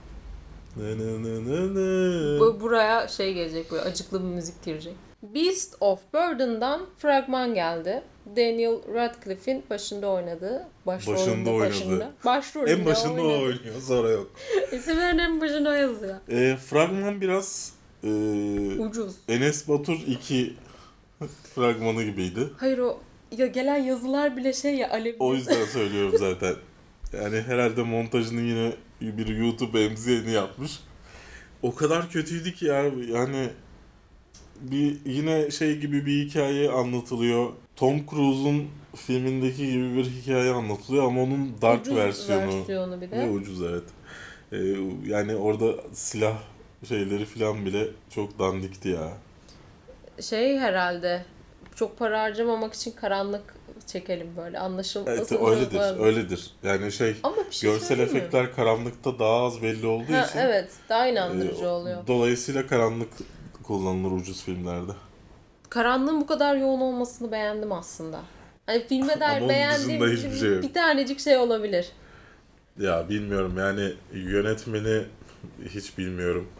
Buraya şey gelecek, böyle acıklı bir müzik girecek. Beast of Burden'dan fragman geldi. Daniel Radcliffe'in başında oynadığı, başrolünde en başında o oynuyor, sonra yok. İsimlerin en başına yazıyor. Fragman biraz ucuz. Enes Batur 2 fragmanı gibiydi. Hayır, o ya gelen yazılar bile şey ya, Alev. O yüzden söylüyorum zaten. Yani herhalde montajını yine bir YouTube emziyeni yapmış. O kadar kötüydü ki ya, yani yine gibi bir hikaye anlatılıyor. Tom Cruise'un filmindeki gibi bir hikaye anlatılıyor ama onun dark ucuz versiyonu bir de. Ve ucuz, evet. Yani orada silah şeyleri falan bile çok dandikti ya. Herhalde çok para harcamamak için karanlık çekelim, böyle anlaşılması. Evet, öyledir. Yani ama bir şey görsel efektler karanlıkta daha az belli olduğu için. Evet, daha inandırıcı oluyor. Dolayısıyla karanlık kullanılır ucuz filmlerde. Karanlığın bu kadar yoğun olmasını beğendim aslında. Hani filme dair beğendiğim şey yok. Bir tanecik şey olabilir. Ya bilmiyorum yani, yönetmeni hiç bilmiyorum.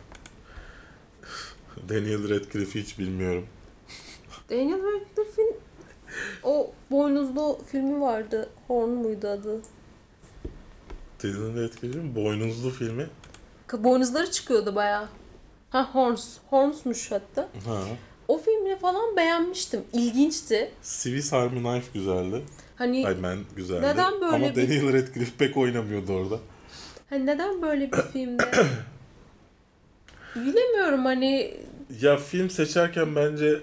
Daniel Radcliffe'i hiç bilmiyorum. Daniel Radcliffe'in o boynuzlu filmi vardı. Horn muydu adı? Daniel Radcliffe'in boynuzlu filmi. Boynuzları çıkıyordu bayağı. Horns'muş hatta. Ha. O filmini falan beğenmiştim. İlginçti. Swiss Army Knife güzeldi. Hani Man güzeldi. neden böyle ama Daniel Radcliffe pek oynamıyordu orada. Hani neden böyle bir filmde? Bilemiyorum hani. Ya film seçerken bence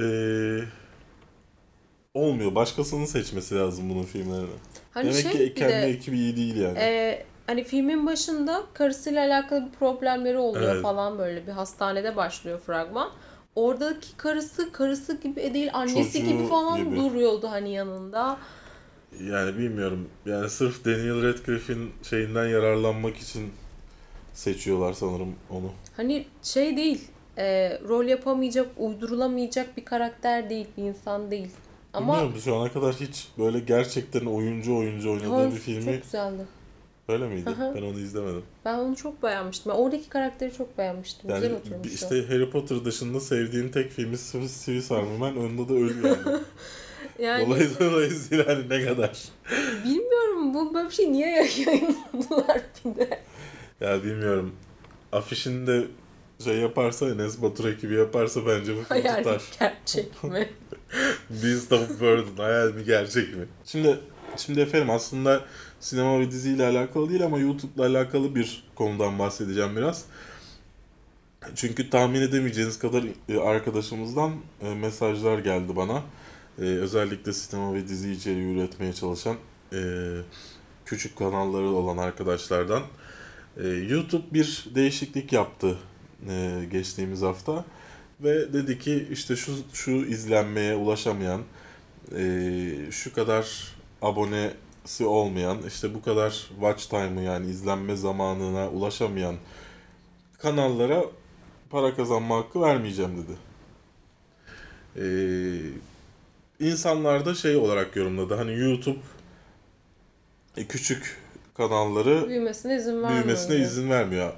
olmuyor. Başkasının seçmesi lazım bunun filmlerini. Hani demek ki kendi ekibi iyi değil yani. Hani filmin başında karısıyla alakalı bir problemleri oluyor, evet. falan, böyle bir hastanede başlıyor fragman. Oradaki karısı gibi değil, annesi Çocuğu gibi falan gibi duruyordu hani yanında. Yani bilmiyorum. Yani sırf Daniel Radcliffe'in şeyinden yararlanmak için seçiyorlar sanırım onu. Hani değil, rol yapamayacak, uydurulamayacak bir karakter değil, bir insan değil. Ama Bilmiyorum, şu ana kadar hiç böyle gerçekten oyuncu oynadığı bir filmi çok güzeldi. öyle miydi? Hı hı. Ben onu izlemedim. Ben onu çok beğenmiştim. Ben oradaki karakteri çok beğenmiştim. Yani Güzel oturmuştu. işte Harry Potter dışında sevdiğim tek filmi Swiss Army Man. Onda da ölü yani. Yani Dolayısıyla hani ne kadar. bilmiyorum bu böyle bir şey niye yayınladılar bir de. Ya bilmiyorum. Afişini de şey yaparsa, Enes Batur ekibi yaparsa bence bu film Hayal mi, tutar. gerçek mi? Beast of Burden, hayal mi gerçek mi? Şimdi efendim, aslında sinema ve diziyle alakalı değil ama YouTube'la alakalı bir konudan bahsedeceğim biraz. Çünkü tahmin edemeyeceğiniz kadar arkadaşımızdan mesajlar geldi bana. Özellikle sinema ve dizi içeriği üretmeye çalışan küçük kanalları olan arkadaşlardan. YouTube bir değişiklik yaptı geçtiğimiz hafta. Ve dedi ki işte şu izlenmeye ulaşamayan, şu kadar abonesi olmayan, işte bu kadar watch time'ı yani izlenme zamanına ulaşamayan kanallara para kazanma hakkı vermeyeceğim dedi. İnsanlar da şey olarak yorumladı. Hani YouTube küçük kanalları Büyümesine izin vermiyor. büyümesine izin vermiyor.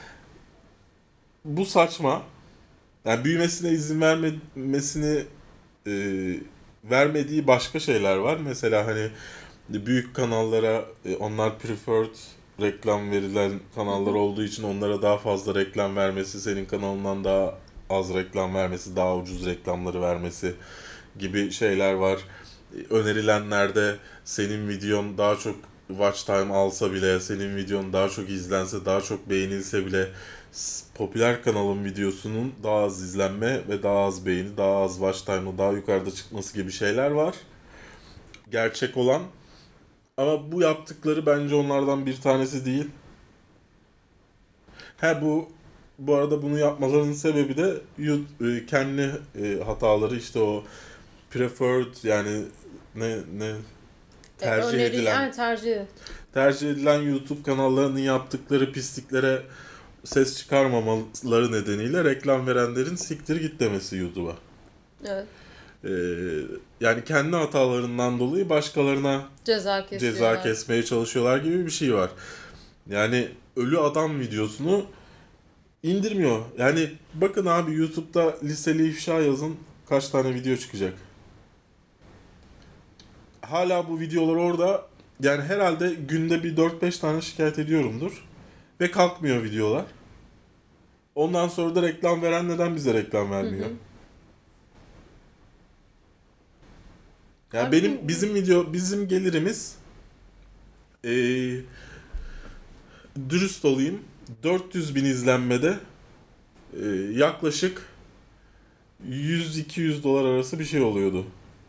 Bu saçma. Yani büyümesine izin vermesini vermediği başka şeyler var. Mesela hani büyük kanallara onlar preferred reklam verilen kanallar olduğu için onlara daha fazla reklam vermesi, senin kanalından daha az reklam vermesi, daha ucuz reklamları vermesi gibi şeyler var. Önerilenlerde senin videon daha çok watch time alsa bile, senin videon daha çok izlense, daha çok beğenilse bile popüler kanalın videosunun daha az izlenme ve daha az beğeni, daha az watch time'ı daha yukarıda çıkması gibi şeyler var. Gerçek olan. Ama bu yaptıkları bence onlardan bir tanesi değil. Bu arada bunu yapmalarının sebebi de kendi hataları, işte o preferred yani tercih edilen YouTube kanallarının yaptıkları pisliklere ses çıkarmamaları nedeniyle reklam verenlerin siktir git demesi YouTube'a. Evet. Yani kendi hatalarından dolayı başkalarına ceza kesmeye çalışıyorlar gibi bir şey var. Yani ölü adam videosunu indirmiyor. Yani bakın abi, YouTube'da liseli ifşa yazın, kaç tane video çıkacak. Hala bu videolar orada. Yani herhalde günde bir 4-5 tane şikayet ediyorumdur. Ve kalkmıyor videolar. Ondan sonra da reklam veren neden bize reklam vermiyor? Hı hı. Yani bizim gelirimiz dürüst olayım, 400.000 izlenmede yaklaşık 100-200 dolar arası bir şey oluyordu.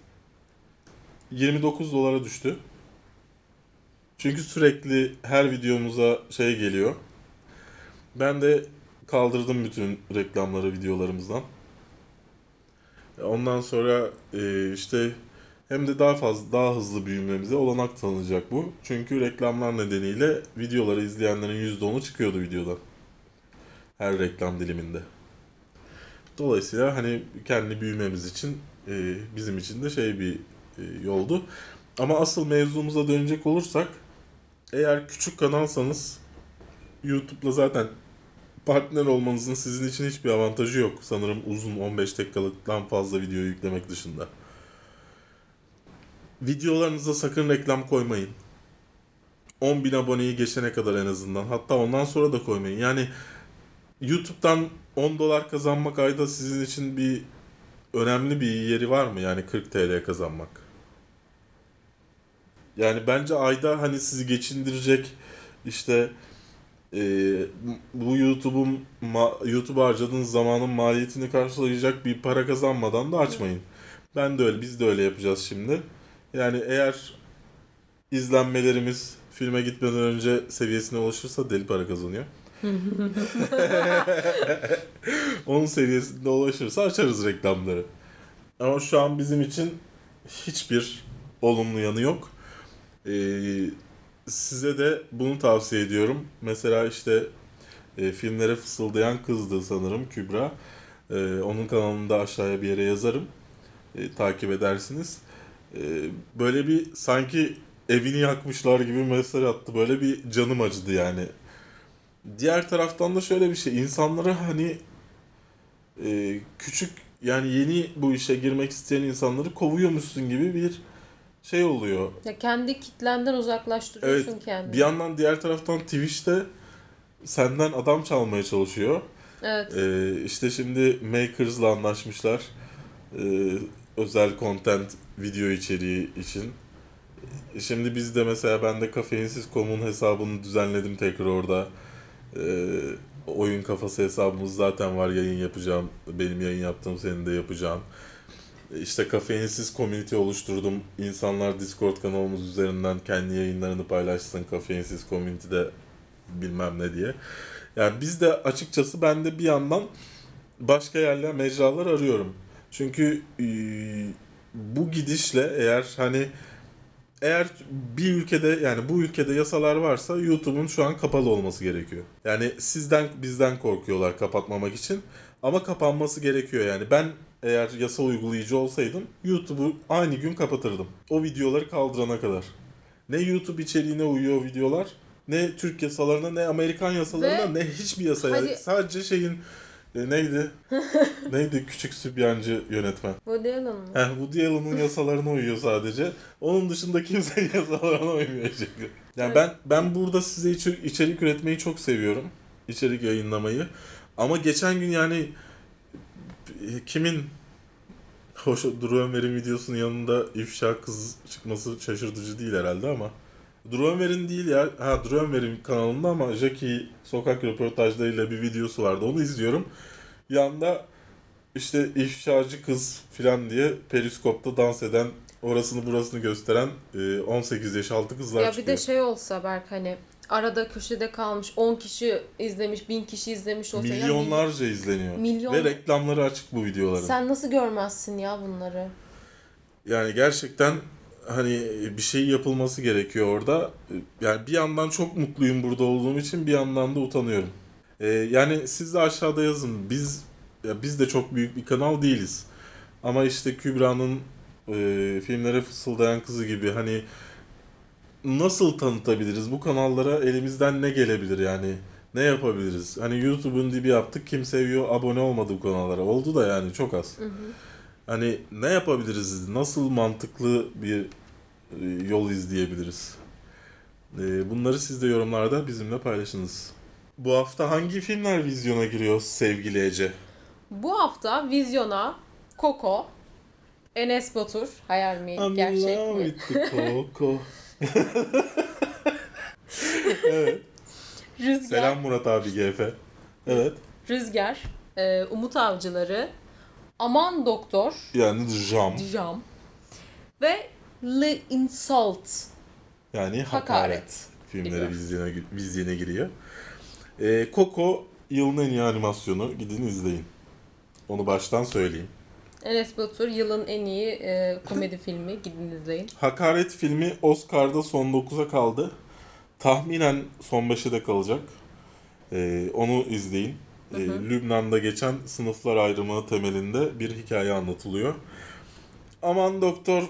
29 dolara düştü. Çünkü sürekli her videomuza şey geliyor. Ben de kaldırdım bütün reklamları videolarımızdan. Ondan sonra işte hem de daha hızlı büyümemize olanak tanınacak bu. Çünkü reklamlar nedeniyle videoları izleyenlerin %10'u çıkıyordu videodan. Her reklam diliminde. Dolayısıyla hani kendi büyümemiz için bizim için de bir yoldu. Ama asıl mevzumuza dönecek olursak, eğer küçük kanalsanız YouTube'la zaten partner olmanızın sizin için hiçbir avantajı yok. Sanırım uzun 15 dakikalıktan fazla video yüklemek dışında. Videolarınıza sakın reklam koymayın. 10.000 aboneyi geçene kadar en azından. Hatta ondan sonra da koymayın. Yani YouTube'dan 10 dolar kazanmak ayda sizin için önemli bir yeri var mı? Yani 40 TL kazanmak. Yani bence ayda hani sizi geçindirecek işte bu YouTube'a harcadığınız zamanın maliyetini karşılayacak bir para kazanmadan da açmayın. Biz de öyle yapacağız şimdi. Yani eğer izlenmelerimiz filme gitmeden önce seviyesine ulaşırsa deli para kazanıyor. Onun seviyesinde ulaşırsa açarız reklamları. Ama şu an bizim için hiçbir olumlu yanı yok. Size de bunu tavsiye ediyorum. Mesela işte filmlere fısıldayan kızdı sanırım, Kübra. Onun kanalını da aşağıya bir yere yazarım. Takip edersiniz. Böyle bir sanki evini yakmışlar gibi mesaj attı. Böyle bir canım acıdı yani. Diğer taraftan da şöyle bir şey. İnsanları hani küçük yani yeni bu işe girmek isteyen insanları kovuyormuşsun gibi bir şey oluyor. Ya kendi kitlenden uzaklaştırıyorsun Evet, kendini. bir yandan diğer taraftan Twitch'te senden adam çalmaya çalışıyor. Evet. İşte şimdi Makers'la anlaşmışlar. Özel content video içeriği için. Şimdi biz de mesela ben de Kafeinsiz.com'un hesabını düzenledim tekrar orada. Oyun kafası hesabımız zaten var, yayın yapacağım. Benim yayın yaptığım senin de yapacağın. İşte Kafeinsiz community oluşturdum. İnsanlar Discord kanalımız üzerinden kendi yayınlarını paylaşsın. Kafeinsiz community'de bilmem ne diye. Yani biz de açıkçası ben de bir yandan başka yerler, mecralar arıyorum. Çünkü bu gidişle eğer bir ülkede yani bu ülkede yasalar varsa YouTube'un şu an kapalı olması gerekiyor. Yani bizden korkuyorlar kapatmamak için ama kapanması gerekiyor yani. Ben eğer yasa uygulayıcı olsaydım YouTube'u aynı gün kapatırdım. O videoları kaldırana kadar. Ne YouTube içeriğine uyuyor videolar, ne Türk yasalarına, ne Amerikan yasalarına, ne hiçbir yasaya. Sadece neydi? Neydi küçük sübyancı yönetmen? Woody Allen mı? Woody Allen'ın yasalarına uyuyor sadece. Onun dışında kimsenin yasalarına uymuyor çünkü. Yani Evet. ben burada size içerik üretmeyi çok seviyorum. İçerik yayınlamayı. Ama geçen gün yani kimin Drew Ömer'in videosunun yanında ifşa kız çıkması şaşırtıcı değil herhalde ama Drew Ömer'in değil ya. Drew Ömer'in kanalında ama Jackie sokak röportajlarıyla bir videosu vardı. Onu izliyorum. Yanda işte ifşacı kız falan diye periskopta dans eden, orasını burasını gösteren 18 yaş altı kızlar Ya çıkıyor. bir de şey olsa Berk hani arada köşede kalmış 10 kişi izlemiş, 1000 kişi izlemiş olsa Milyonlarca izleniyor. Ve reklamları açık bu videoların. Sen nasıl görmezsin ya bunları? Yani gerçekten hani bir şey yapılması gerekiyor orada. Yani bir yandan çok mutluyum burada olduğum için, bir yandan da utanıyorum. Yani siz de aşağıda yazın. Biz de çok büyük bir kanal değiliz. Ama işte Kübra'nın filmlere fısıldayan kızı gibi hani nasıl tanıtabiliriz? Bu kanallara elimizden ne gelebilir yani? Ne yapabiliriz? Hani YouTube'un dibi yaptık. Kim seviyor? Abone olmadı bu kanallara. Oldu da yani çok az. Hı hı. Hani ne yapabiliriz? Nasıl mantıklı bir yol izleyebiliriz? Bunları siz de yorumlarda bizimle paylaşınız. Bu hafta hangi filmler vizyona giriyor sevgili Ece? Bu hafta vizyona Coco, Enes Batur, hayal mi, gerçek mi? Coco. Evet. Rüzgar, Selam Murat abi GF. Evet. Rüzgar, Umut Avcıları, Aman Doktor, Yani Jam ve Le Insult, yani Hakaret hakaret filmleri giriyor. vizyona giriyor. Coco yılın en iyi animasyonu. Gidin izleyin. Onu baştan söyleyeyim. Enes Batur yılın en iyi komedi filmi, gidin izleyin. Hakaret filmi Oscar'da son 9'a kaldı. Tahminen son 5'e de kalacak. Onu izleyin. Lübnan'da geçen sınıflar ayrımı temelinde bir hikaye anlatılıyor. Aman Doktor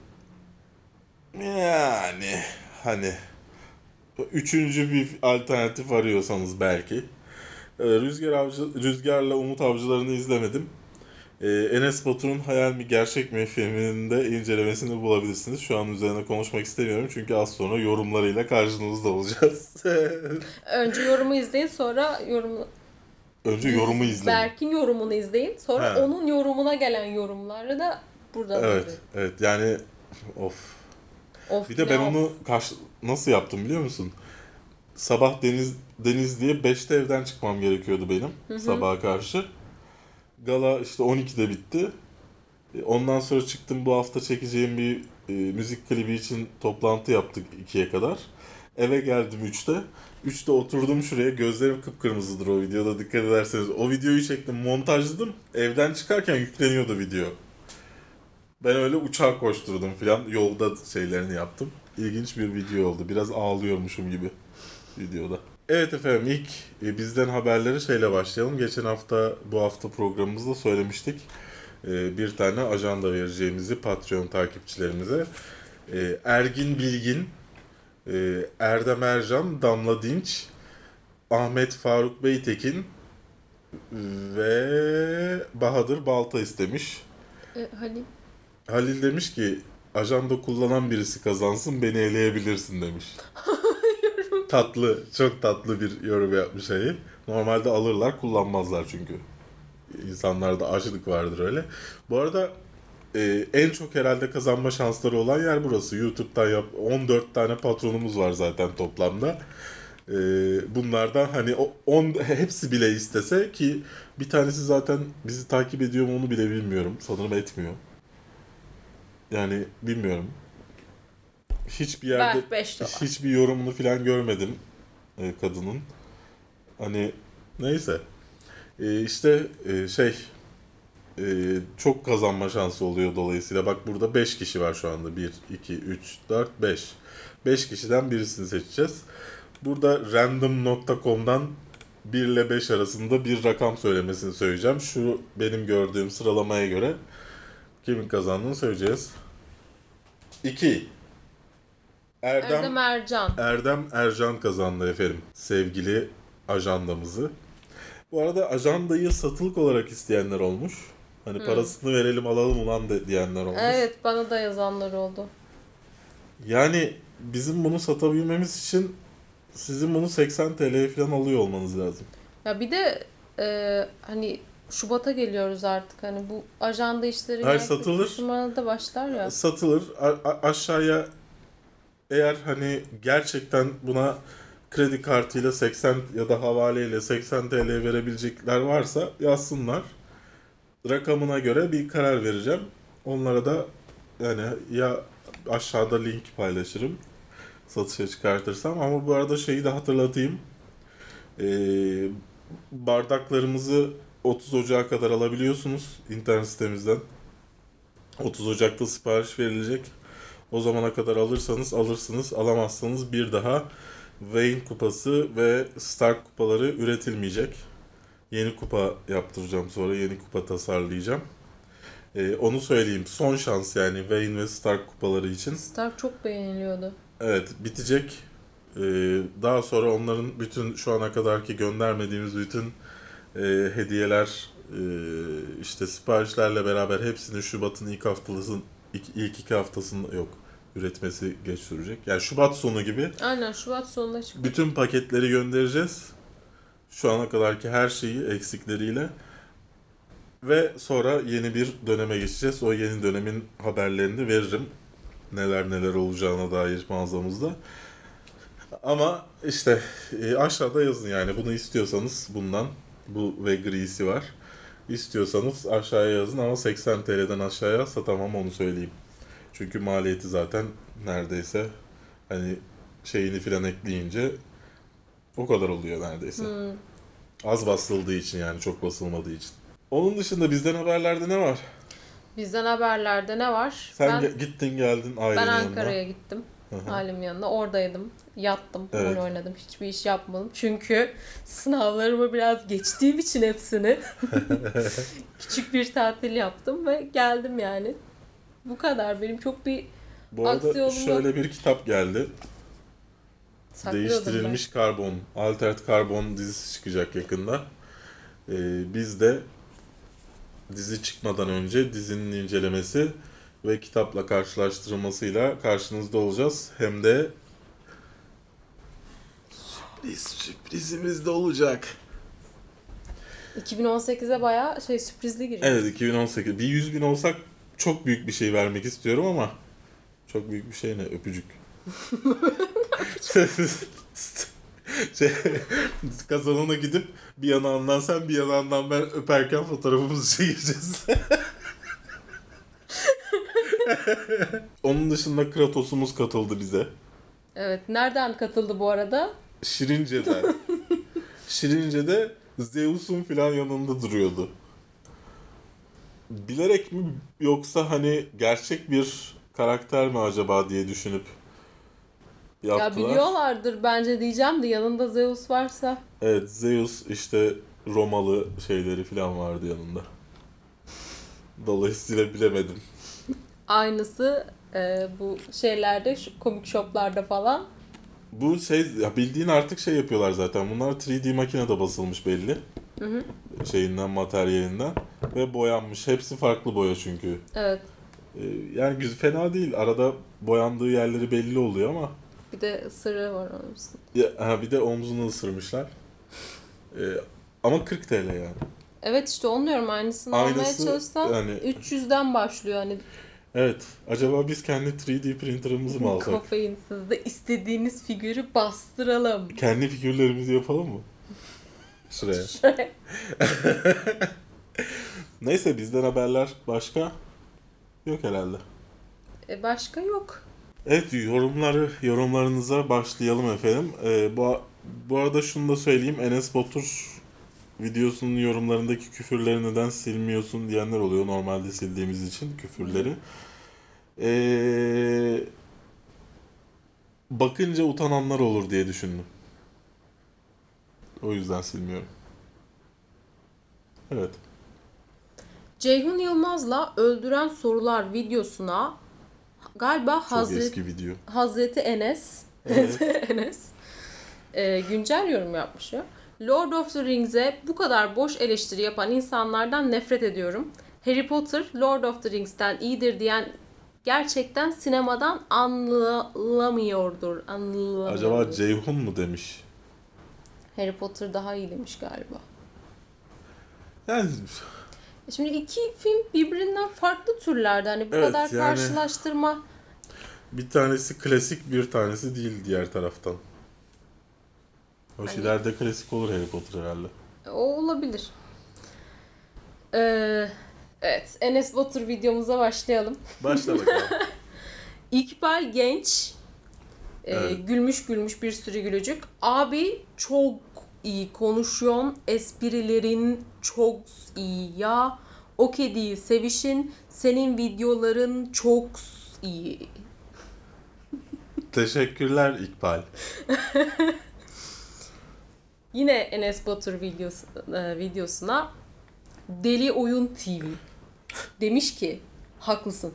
yani hani üçüncü bir alternatif arıyorsanız belki. Rüzgar'la Umut Avcılarını izlemedim. Enes Batur'un Hayal mi Gerçek mi filminin de incelemesini bulabilirsiniz. Şu an üzerine konuşmak istemiyorum çünkü az sonra yorumlarıyla karşınızda olacağız. Önce yorumu izleyin, sonra Önce yorumu izleyin. Berk'in yorumunu izleyin, sonra onun yorumuna gelen yorumları da buradan izleyin. Evet yani of. Bir de ben onu nasıl yaptım biliyor musun? Sabah Deniz diye 5'te evden çıkmam gerekiyordu benim sabaha karşı. Gala işte 12'de bitti. Ondan sonra çıktım, bu hafta çekeceğim bir müzik klibi için toplantı yaptık 2'ye kadar. Eve geldim 3'te. 3'te oturdum şuraya, gözlerim kıpkırmızıdır o videoda dikkat ederseniz. O videoyu çektim, montajladım. Evden çıkarken yükleniyordu video. Ben öyle uçağa koşturdum falan, yolda şeylerini yaptım. İlginç bir video oldu. Biraz ağlıyormuşum gibi videoda. Evet efendim, ilk bizden haberleri şeyle başlayalım. Geçen hafta bu hafta programımızda söylemiştik. bir tane ajanda vereceğimizi Patreon takipçilerimize. Ergin Bilgin, Erdem Ercan, Damla Dinç, Ahmet Faruk Beytekin ve Bahadır Balta istemiş. Halil. Halil demiş ki ajanda kullanan birisi kazansın, beni eleyebilirsin demiş. Tatlı, çok tatlı bir yorum yapmış Halil. Normalde alırlar, kullanmazlar çünkü. İnsanlarda aşırılık vardır öyle. Bu arada en çok herhalde kazanma şansları olan yer burası. YouTube'dan 14 tane patronumuz var zaten toplamda. Bunlardan hani hepsi bile istese, ki bir tanesi zaten bizi takip ediyor mu onu bile bilmiyorum. Sanırım etmiyor. Yani bilmiyorum. Hiçbir yerde hiçbir yorumunu falan görmedim kadının. Hani neyse. İşte çok kazanma şansı oluyor dolayısıyla. Bak burada 5 kişi var şu anda. 1, 2, 3, 4, 5. 5 kişiden birisini seçeceğiz. Burada random.com'dan 1 ile 5 arasında bir rakam söylemesini söyleyeceğim. Şu benim gördüğüm sıralamaya göre kimin kazandığını söyleyeceğiz. 2. Erdem Ercan. Erdem Ercan kazandı efendim. Sevgili ajandamızı. Bu arada ajandayı satılık olarak isteyenler olmuş. Hani parasını verelim alalım ulan diyenler olmuş. Evet, bana da yazanlar oldu. Yani bizim bunu satabilmemiz için sizin bunu 80 TL'ye falan alıyor olmanız lazım. Ya bir de hani Şubat'a geliyoruz artık. Hani bu ajanda işleri Hayır, satılır. da başlar ya. Satılır. Aşağıya eğer hani gerçekten buna kredi kartıyla 80 ya da havaleyle 80 TL verebilecekler varsa yazsınlar. Rakamına göre bir karar vereceğim. Onlara da yani ya aşağıda link paylaşırım satışa çıkartırsam, ama bu arada şeyi de hatırlatayım. Bardaklarımızı 30 Ocak'a kadar alabiliyorsunuz internet sitemizden. 30 Ocak'ta sipariş verilecek. O zamana kadar alırsanız alırsınız, alamazsanız bir daha Wayne kupası ve Stark kupaları üretilmeyecek. Yeni kupa yaptıracağım, sonra yeni kupa tasarlayacağım. Onu söyleyeyim. Son şans yani Wayne ve Stark kupaları için. Stark çok beğeniliyordu. Evet, bitecek. Daha sonra onların bütün şu ana kadarki göndermediğimiz bütün hediyeler, işte siparişlerle beraber hepsini Şubat'ın ilk 2 haftasında yok. Üretmesi geç sürecek. Yani Şubat sonu gibi. Aynen, Şubat sonunda çıkıyor. Bütün paketleri göndereceğiz. Şu ana kadarki her şeyi eksikleriyle. Ve sonra yeni bir döneme geçeceğiz. O yeni dönemin haberlerini veririm. Neler olacağına dair mağazamızda. Ama işte aşağıda yazın yani. Bunu istiyorsanız bundan. Bu ve grisi var. İstiyorsanız aşağıya yazın ama 80 TL'den aşağıya satamam, onu söyleyeyim. Çünkü maliyeti zaten neredeyse hani şeyini filan ekleyince o kadar oluyor neredeyse. Az basıldığı için, yani çok basılmadığı için. Onun dışında bizden haberlerde ne var? Bizden haberlerde ne var? Sen gittin geldin ailenin yanına. yanına. Ben Ankara'ya gittim. Ailemin yanında. Oradaydım. Yattım. Evet. Oyun oynadım. Hiçbir iş yapmadım. Çünkü sınavlarımı biraz geçtiğim için hepsini küçük bir tatil yaptım ve geldim yani. Bu kadar. Benim çok bir Bu arada aksiyonum şöyle yok. bir kitap geldi. Değiştirilmiş Karbon. Altered Karbon dizisi çıkacak yakında. Biz de dizi çıkmadan önce dizinin incelemesi ve kitapla karşılaştırılmasıyla karşınızda olacağız. Hem de sürprizimiz de olacak. 2018'e bayağı sürprizli giriyor. Evet, 2018. Bir 100.000 olsak çok büyük bir şey vermek istiyorum ama çok büyük bir şey ne? Öpücük. Kazanana gidip bir yanağından sen bir yanağından ben öperken fotoğrafımızı çekeceğiz. Onun dışında Kratos'umuz katıldı bize. Evet. Nereden katıldı bu arada? Şirince'den. Şirince'de Zeus'un filan yanında duruyordu. Bilerek mi yoksa hani gerçek bir karakter mi acaba diye düşünüp yaptılar. Ya biliyorlardır bence diyeceğim de yanında Zeus varsa. Evet, Zeus işte Romalı şeyleri filan vardı yanında. Dolayısıyla bilemedim. Aynısı bu şeylerde, şu komik shoplarda falan. Bu ya bildiğin artık şey yapıyorlar zaten. Bunlar 3D makinede basılmış belli. Hı. Şeyinden, materyalinden. Ve boyanmış. Hepsi farklı boya çünkü. Evet. Yani fena değil. Arada boyandığı yerleri belli oluyor ama. Bir de ısırığı var onun. Bir de omzunu ısırmışlar. Ama 40 TL yani. Evet işte onu diyorum, aynısını almaya çalışsam yani, 300'den başlıyor hani. Evet. Acaba biz kendi 3D printer'ımızı mı alsak? Kafayı sizde istediğiniz figürü bastıralım. Kendi figürlerimizi yapalım mı? Şuraya. Neyse bizden haberler başka yok herhalde. Başka yok. Evet, yorumlarınıza başlayalım efendim. Bu arada şunu da söyleyeyim. Enes Batur videosunun yorumlarındaki küfürleri neden silmiyorsun diyenler oluyor. Normalde sildiğimiz için küfürleri. Bakınca utananlar olur diye düşündüm. O yüzden silmiyorum. Evet. Ceyhun Yılmaz'la Öldüren Sorular videosuna galiba Çok eski video. Hazreti Enes Evet. Enes güncel yorum yapmış ya. Lord of the Rings'e bu kadar boş eleştiri yapan insanlardan nefret ediyorum. Harry Potter Lord of the Rings'ten iyidir diyen gerçekten sinemadan anlamıyordur. Acaba Ceyhun mu demiş? Harry Potter daha iyi demiş galiba. Yani Şimdi iki film birbirinden farklı türlerde. Hani bu evet, kadar yani karşılaştırma. bir tanesi klasik, bir tanesi değil diğer taraftan. Hoş Hani- ileride klasik olur Harry Potter herhalde. O olabilir. Evet. Enes Batur videomuza başlayalım. Başla bakalım. İkbal Genç. Evet. Gülmüş bir sürü gülücük. Abi çok iyi konuşuyorsun. Esprilerin çok iyi ya. O kediyi sevişin. Senin videoların çok iyi. Teşekkürler İkbal. Yine Enes Batur videosuna Deli Oyun TV demiş ki haklısın.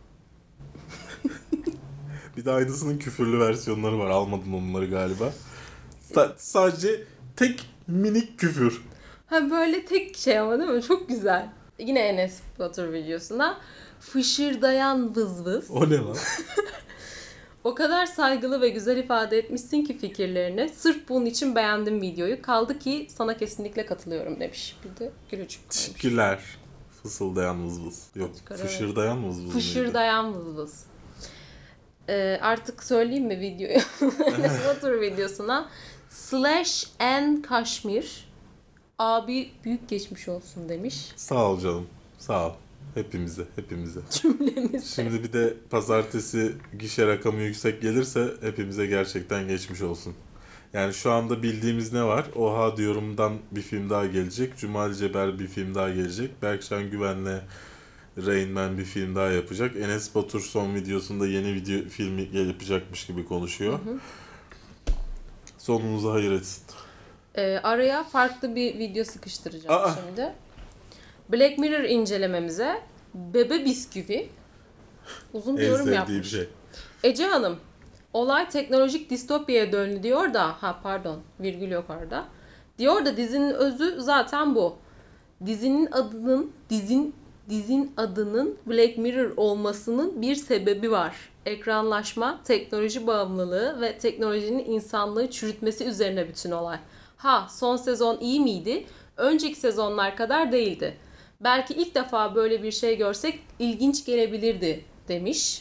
Bir de aynısının küfürlü versiyonları var. Almadın onları galiba. Sadece tek minik küfür. Ha böyle tek şey ama değil mi? Çok güzel. Yine Enes Batur videosuna fışırdayan vız vız. O ne lan? O kadar saygılı ve güzel ifade etmişsin ki fikirlerini. Sırf bunun için beğendim videoyu. Kaldı ki sana kesinlikle katılıyorum demiş. Bir de gülücük koymuş. Teşekkürler. Fısıldayan vız vız. Yok, Çıkar, fışırdayan vız vız. Fışırdayan vız vız. Artık söyleyeyim mi videoyu? Enes Batur videosuna Slash and Kashmir abi büyük geçmiş olsun demiş. Sağ ol canım. Sağ ol. Hepimize. Cümlemize. Şimdi bir de pazartesi gişe rakamı yüksek gelirse hepimize gerçekten geçmiş olsun. Yani şu anda bildiğimiz ne var? Oha diyorumdan bir film daha gelecek. Cumali Ceber bir film daha gelecek. Berkcan Güven'le Rain Man bir film daha yapacak. Enes Batur son videosunda yeni filmi yapacakmış gibi konuşuyor. Hı hı. Sonumuzu hayır etsin. Araya farklı bir video sıkıştıracağım şimdi. Black Mirror incelememize Bebe Bisküvi uzun bir En yorum sevdiğim yapmış. şey. Ece Hanım, olay teknolojik distopyaya döndü diyor da, virgül yok orada. Diyor da dizinin özü zaten bu. Dizinin adının Black Mirror olmasının bir sebebi var. Ekranlaşma, teknoloji bağımlılığı ve teknolojinin insanlığı çürütmesi üzerine bütün olay. Son sezon iyi miydi? Önceki sezonlar kadar değildi. Belki ilk defa böyle bir şey görsek ilginç gelebilirdi demiş.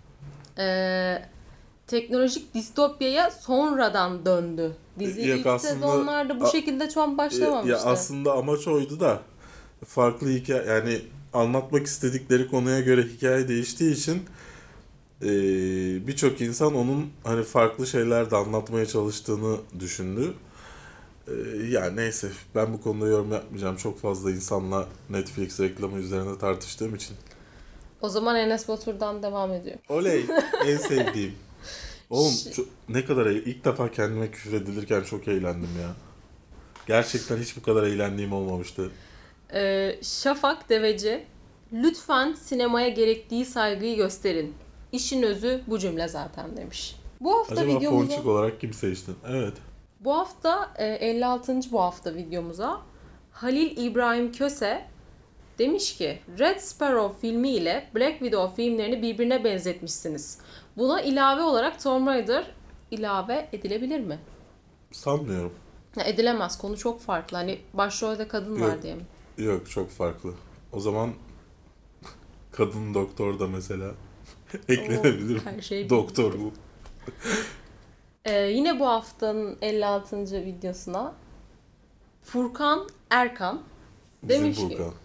Teknolojik distopyaya sonradan döndü. Dizi ilk sezonlarda bu şekilde çok başlamamıştı. Ya aslında amaç oydu da farklı hikaye, yani anlatmak istedikleri konuya göre hikaye değiştiği için birçok insan onun hani farklı şeyler de anlatmaya çalıştığını düşündü. Yani neyse, ben bu konuda yorum yapmayacağım. Çok fazla insanla Netflix reklamı üzerine tartıştığım için. O zaman Enes Batur'dan devam ediyor. Oley, en sevdiğim. Oğlum ne kadar ilk defa kendime küfür edilirken çok eğlendim ya. Gerçekten hiç bu kadar eğlendiğim olmamıştı. Şafak Deveci Lütfen sinemaya gerektiği saygıyı gösterin. İşin özü bu cümle zaten demiş. Bu hafta Acaba videomuza... ponçik olarak kim seçtin? Evet. Bu hafta 56. bu hafta videomuza Halil İbrahim Köse demiş ki Red Sparrow filmi ile Black Widow filmlerini birbirine benzetmişsiniz. Buna ilave olarak Tomb Raider ilave edilebilir mi? Sanmıyorum. Ya edilemez. Konu çok farklı. Hani başrolde kadın var Yok. diye mi? Yok, çok farklı. O zaman kadın doktor da mesela eklenebilir. her şey Doktor bu. Yine bu haftanın 56. videosuna Furkan Erkan Bizim demiş ki Furkan.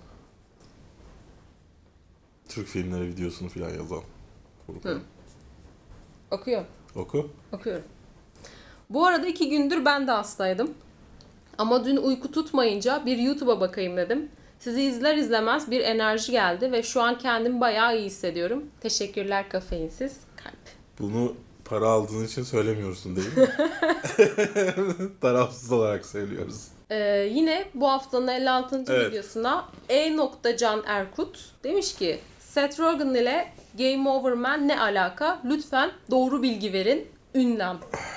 Türk filmleri videosunu falan yazan Furkan. okuyorum. Okuyorum. Bu arada 2 gündür ben de hastaydım. Ama dün uyku tutmayınca bir YouTube'a bakayım dedim. Sizi izler izlemez bir enerji geldi ve şu an kendimi bayağı iyi hissediyorum. Teşekkürler kafeinsiz kalp. Bunu para aldığın için söylemiyorsun değil mi? Tarafsız olarak söylüyoruz. Yine bu haftanın 56. Evet. videosuna Can Erkut demiş ki Seth Rogen ile Game Over Man ne alaka? Lütfen doğru bilgi verin. Ünlem.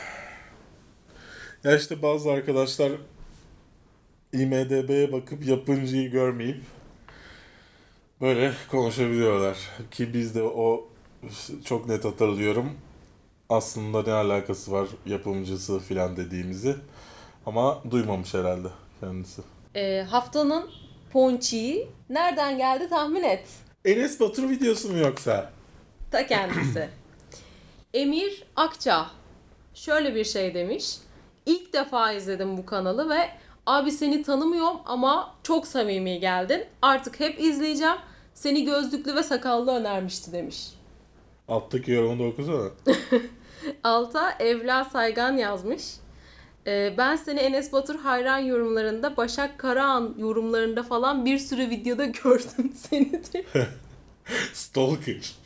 Ya işte bazı arkadaşlar IMDb'ye bakıp yapımcıyı görmeyip böyle konuşabiliyorlar. Ki biz de o çok net hatırlıyorum. Aslında ne alakası var yapımcısı filan dediğimizi. Ama duymamış herhalde kendisi. Haftanın ponçiği nereden geldi tahmin et. Enes Batur videosu mu yoksa? Ta kendisi. Emir Akça şöyle bir şey demiş. İlk defa izledim bu kanalı ve abi seni tanımıyorum ama çok samimi geldin. Artık hep izleyeceğim. Seni gözlüklü ve sakallı önermişti demiş. Alttaki yorumu da okusana. Alta Evla Saygan yazmış. Ben seni Enes Batur hayran yorumlarında, Başak Karahan yorumlarında falan bir sürü videoda gördüm seni de. Stalker.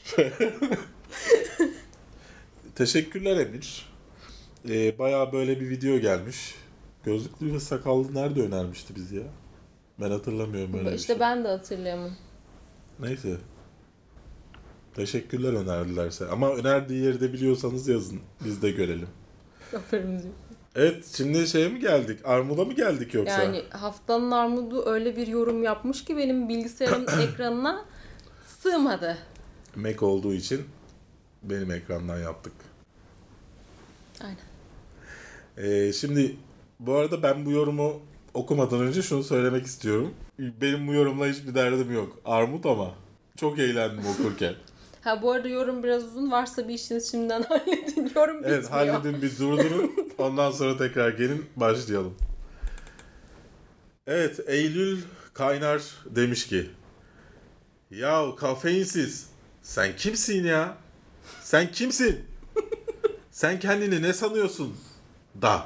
Teşekkürler Emir. Bayağı böyle bir video gelmiş. Gözlüklü ve sakallı nerede önermişti bizi ya? Ben hatırlamıyorum böyle bir İşte şey. ben de hatırlayamam. Neyse. Teşekkürler önerdilerse. Ama önerdiği yeri de biliyorsanız yazın. Biz de görelim. Aferin. Evet, şimdi şeye mi geldik? Armud'a mı geldik yoksa? Yani haftanın armudu öyle bir yorum yapmış ki benim bilgisayarın ekranına sığmadı. Mac olduğu için benim ekrandan yaptık. Aynen. Şimdi bu arada ben bu yorumu okumadan önce şunu söylemek istiyorum. Benim bu yorumla hiçbir derdim yok. Armut ama çok eğlendim okurken. Ha bu arada yorum biraz uzun. Varsa bir işiniz şimdiden halledin. Yorum bitmiyor. Evet, halledin, bir durdurun. Ondan sonra tekrar gelin başlayalım. Evet, Eylül Kaynar demiş ki ya kafeinsiz sen kimsin ya? Sen kimsin? Sen kendini ne sanıyorsun? Da.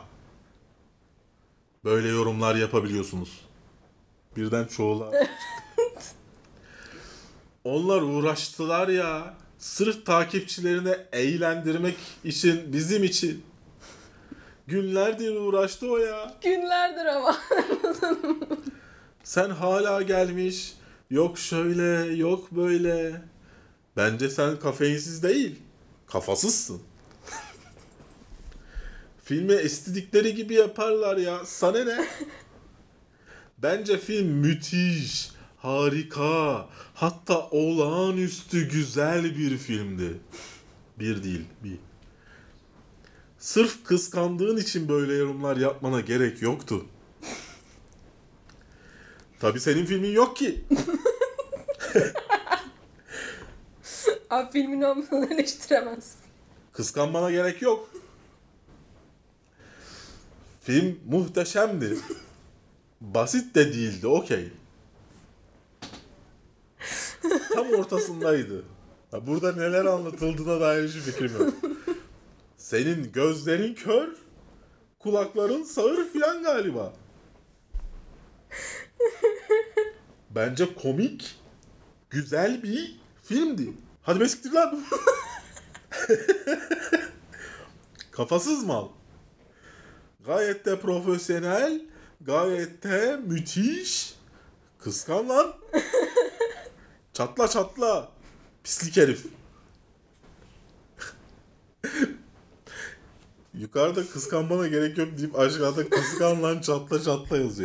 Böyle yorumlar yapabiliyorsunuz. Birden çoğula. Onlar uğraştılar ya. Sırf takipçilerini eğlendirmek için, bizim için. Günlerdir uğraştı o ya. Günlerdir ama. Sen hala gelmiş. Yok şöyle, yok böyle. Bence sen kafeinsiz değil. Kafasızsın. Filmi istedikleri gibi yaparlar ya. Sana ne? Bence film müthiş, harika, hatta olağanüstü güzel bir filmdi. Bir değil, bir. Sırf kıskandığın için böyle yorumlar yapmana gerek yoktu. Tabii senin filmin yok ki. Abi filmin olmadan eleştiremezsin. Kıskanmana gerek yok. Film muhteşemdi. Basit de değildi, okey. Tam ortasındaydı. Ya burada neler anlatıldığına dair hiçbir fikrim yok. Senin gözlerin kör, kulakların sağır filan galiba. Bence komik, güzel bir filmdi. Hadi be siktir lan. Kafasız mal. Gayet de profesyonel, gayet de müthiş. Kıskan lan. Çatla çatla. Pislik herif. Yukarıda kıskanmana gerek yok deyip aşağıda kıskan lan çatla çatla yazıyor.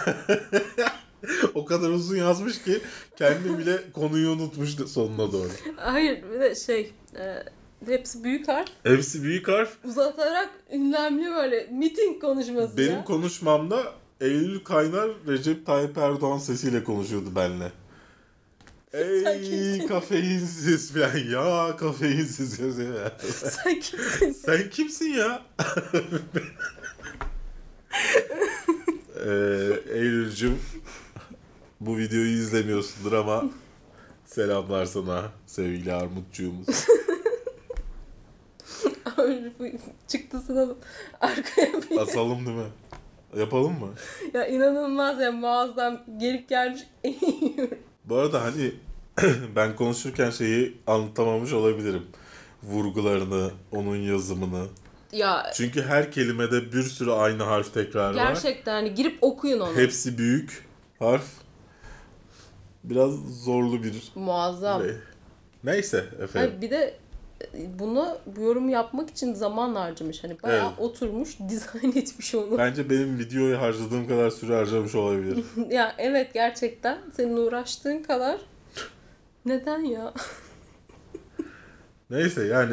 O kadar uzun yazmış ki kendi bile konuyu unutmuştu sonuna doğru. Hayır bir de hepsi büyük harf. Hepsi büyük harf. Uzatarak ünlemli böyle miting konuşması Benim ya. konuşmamda Eylül Kaynar Recep Tayyip Erdoğan sesiyle konuşuyordu benimle. Ey kafeinsiz falan ya kafeinsiz yazıyor ya. Sen kimsin? Sen kimsin ya? Eylül'cüm bu videoyu izlemiyorsundur ama selamlar sana sevgili Armutçuğumuz. Çıktısını alıp arkaya bir... Asalım değil mi? Yapalım mı? Ya inanılmaz ya muazzam gelip gelmiş. Bu arada hani ben konuşurken şeyi anlatamamış olabilirim. Vurgularını, onun yazımını. Ya Çünkü her kelimede bir sürü aynı harf tekrarı var. gerçekten hani girip okuyun onu. Hepsi büyük harf. Biraz zorlu bir Muazzam. Neyse efendim. Hayır, bir de bu yorumu yapmak için zaman harcamış. Hani bayağı Evet. oturmuş, dizayn etmiş onu. Bence benim videoya harcadığım kadar süre harcamış olabilir. Ya evet gerçekten senin uğraştığın kadar. Neden ya? Neyse yani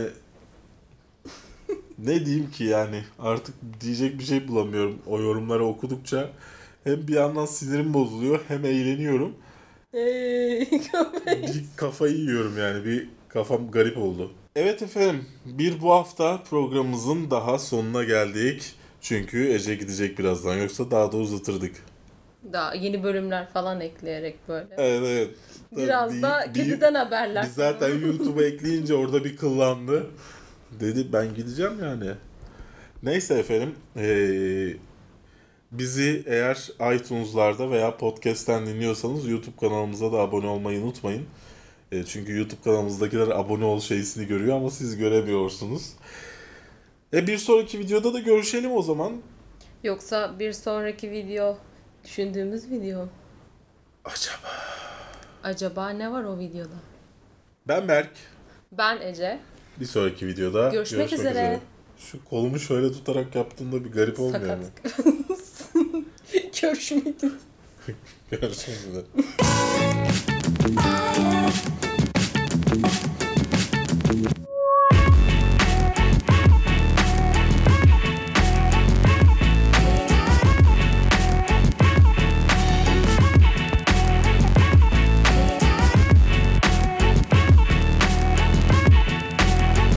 ne diyeyim ki yani artık diyecek bir şey bulamıyorum. O yorumları okudukça hem bir yandan sinirim bozuluyor hem eğleniyorum. Bir kafayı yiyorum yani bir kafam garip oldu. Evet efendim bir bu hafta programımızın daha sonuna geldik. Çünkü Ece gidecek birazdan yoksa daha da uzatırdık. Daha yeni bölümler falan ekleyerek böyle. Evet evet. Biraz da kediden haberler. Biz zaten YouTube'a ekleyince orada bir kıllandı. Dedi ben gideceğim yani. Neyse efendim. Bizi eğer iTunes'larda veya podcast'ten dinliyorsanız YouTube kanalımıza da abone olmayı unutmayın. Çünkü YouTube kanalımızdakiler abone ol şeysini görüyor ama siz göremiyorsunuz. Bir sonraki videoda da görüşelim o zaman. Yoksa bir sonraki video düşündüğümüz video. Acaba ne var o videoda? Ben Berk. Ben Ece. Bir sonraki videoda Görüşmek üzere. Şu kolumu şöyle tutarak yaptığında bir garip olmuyor mu? Sakat. Görüşmek üzere. Görüşmek üzere.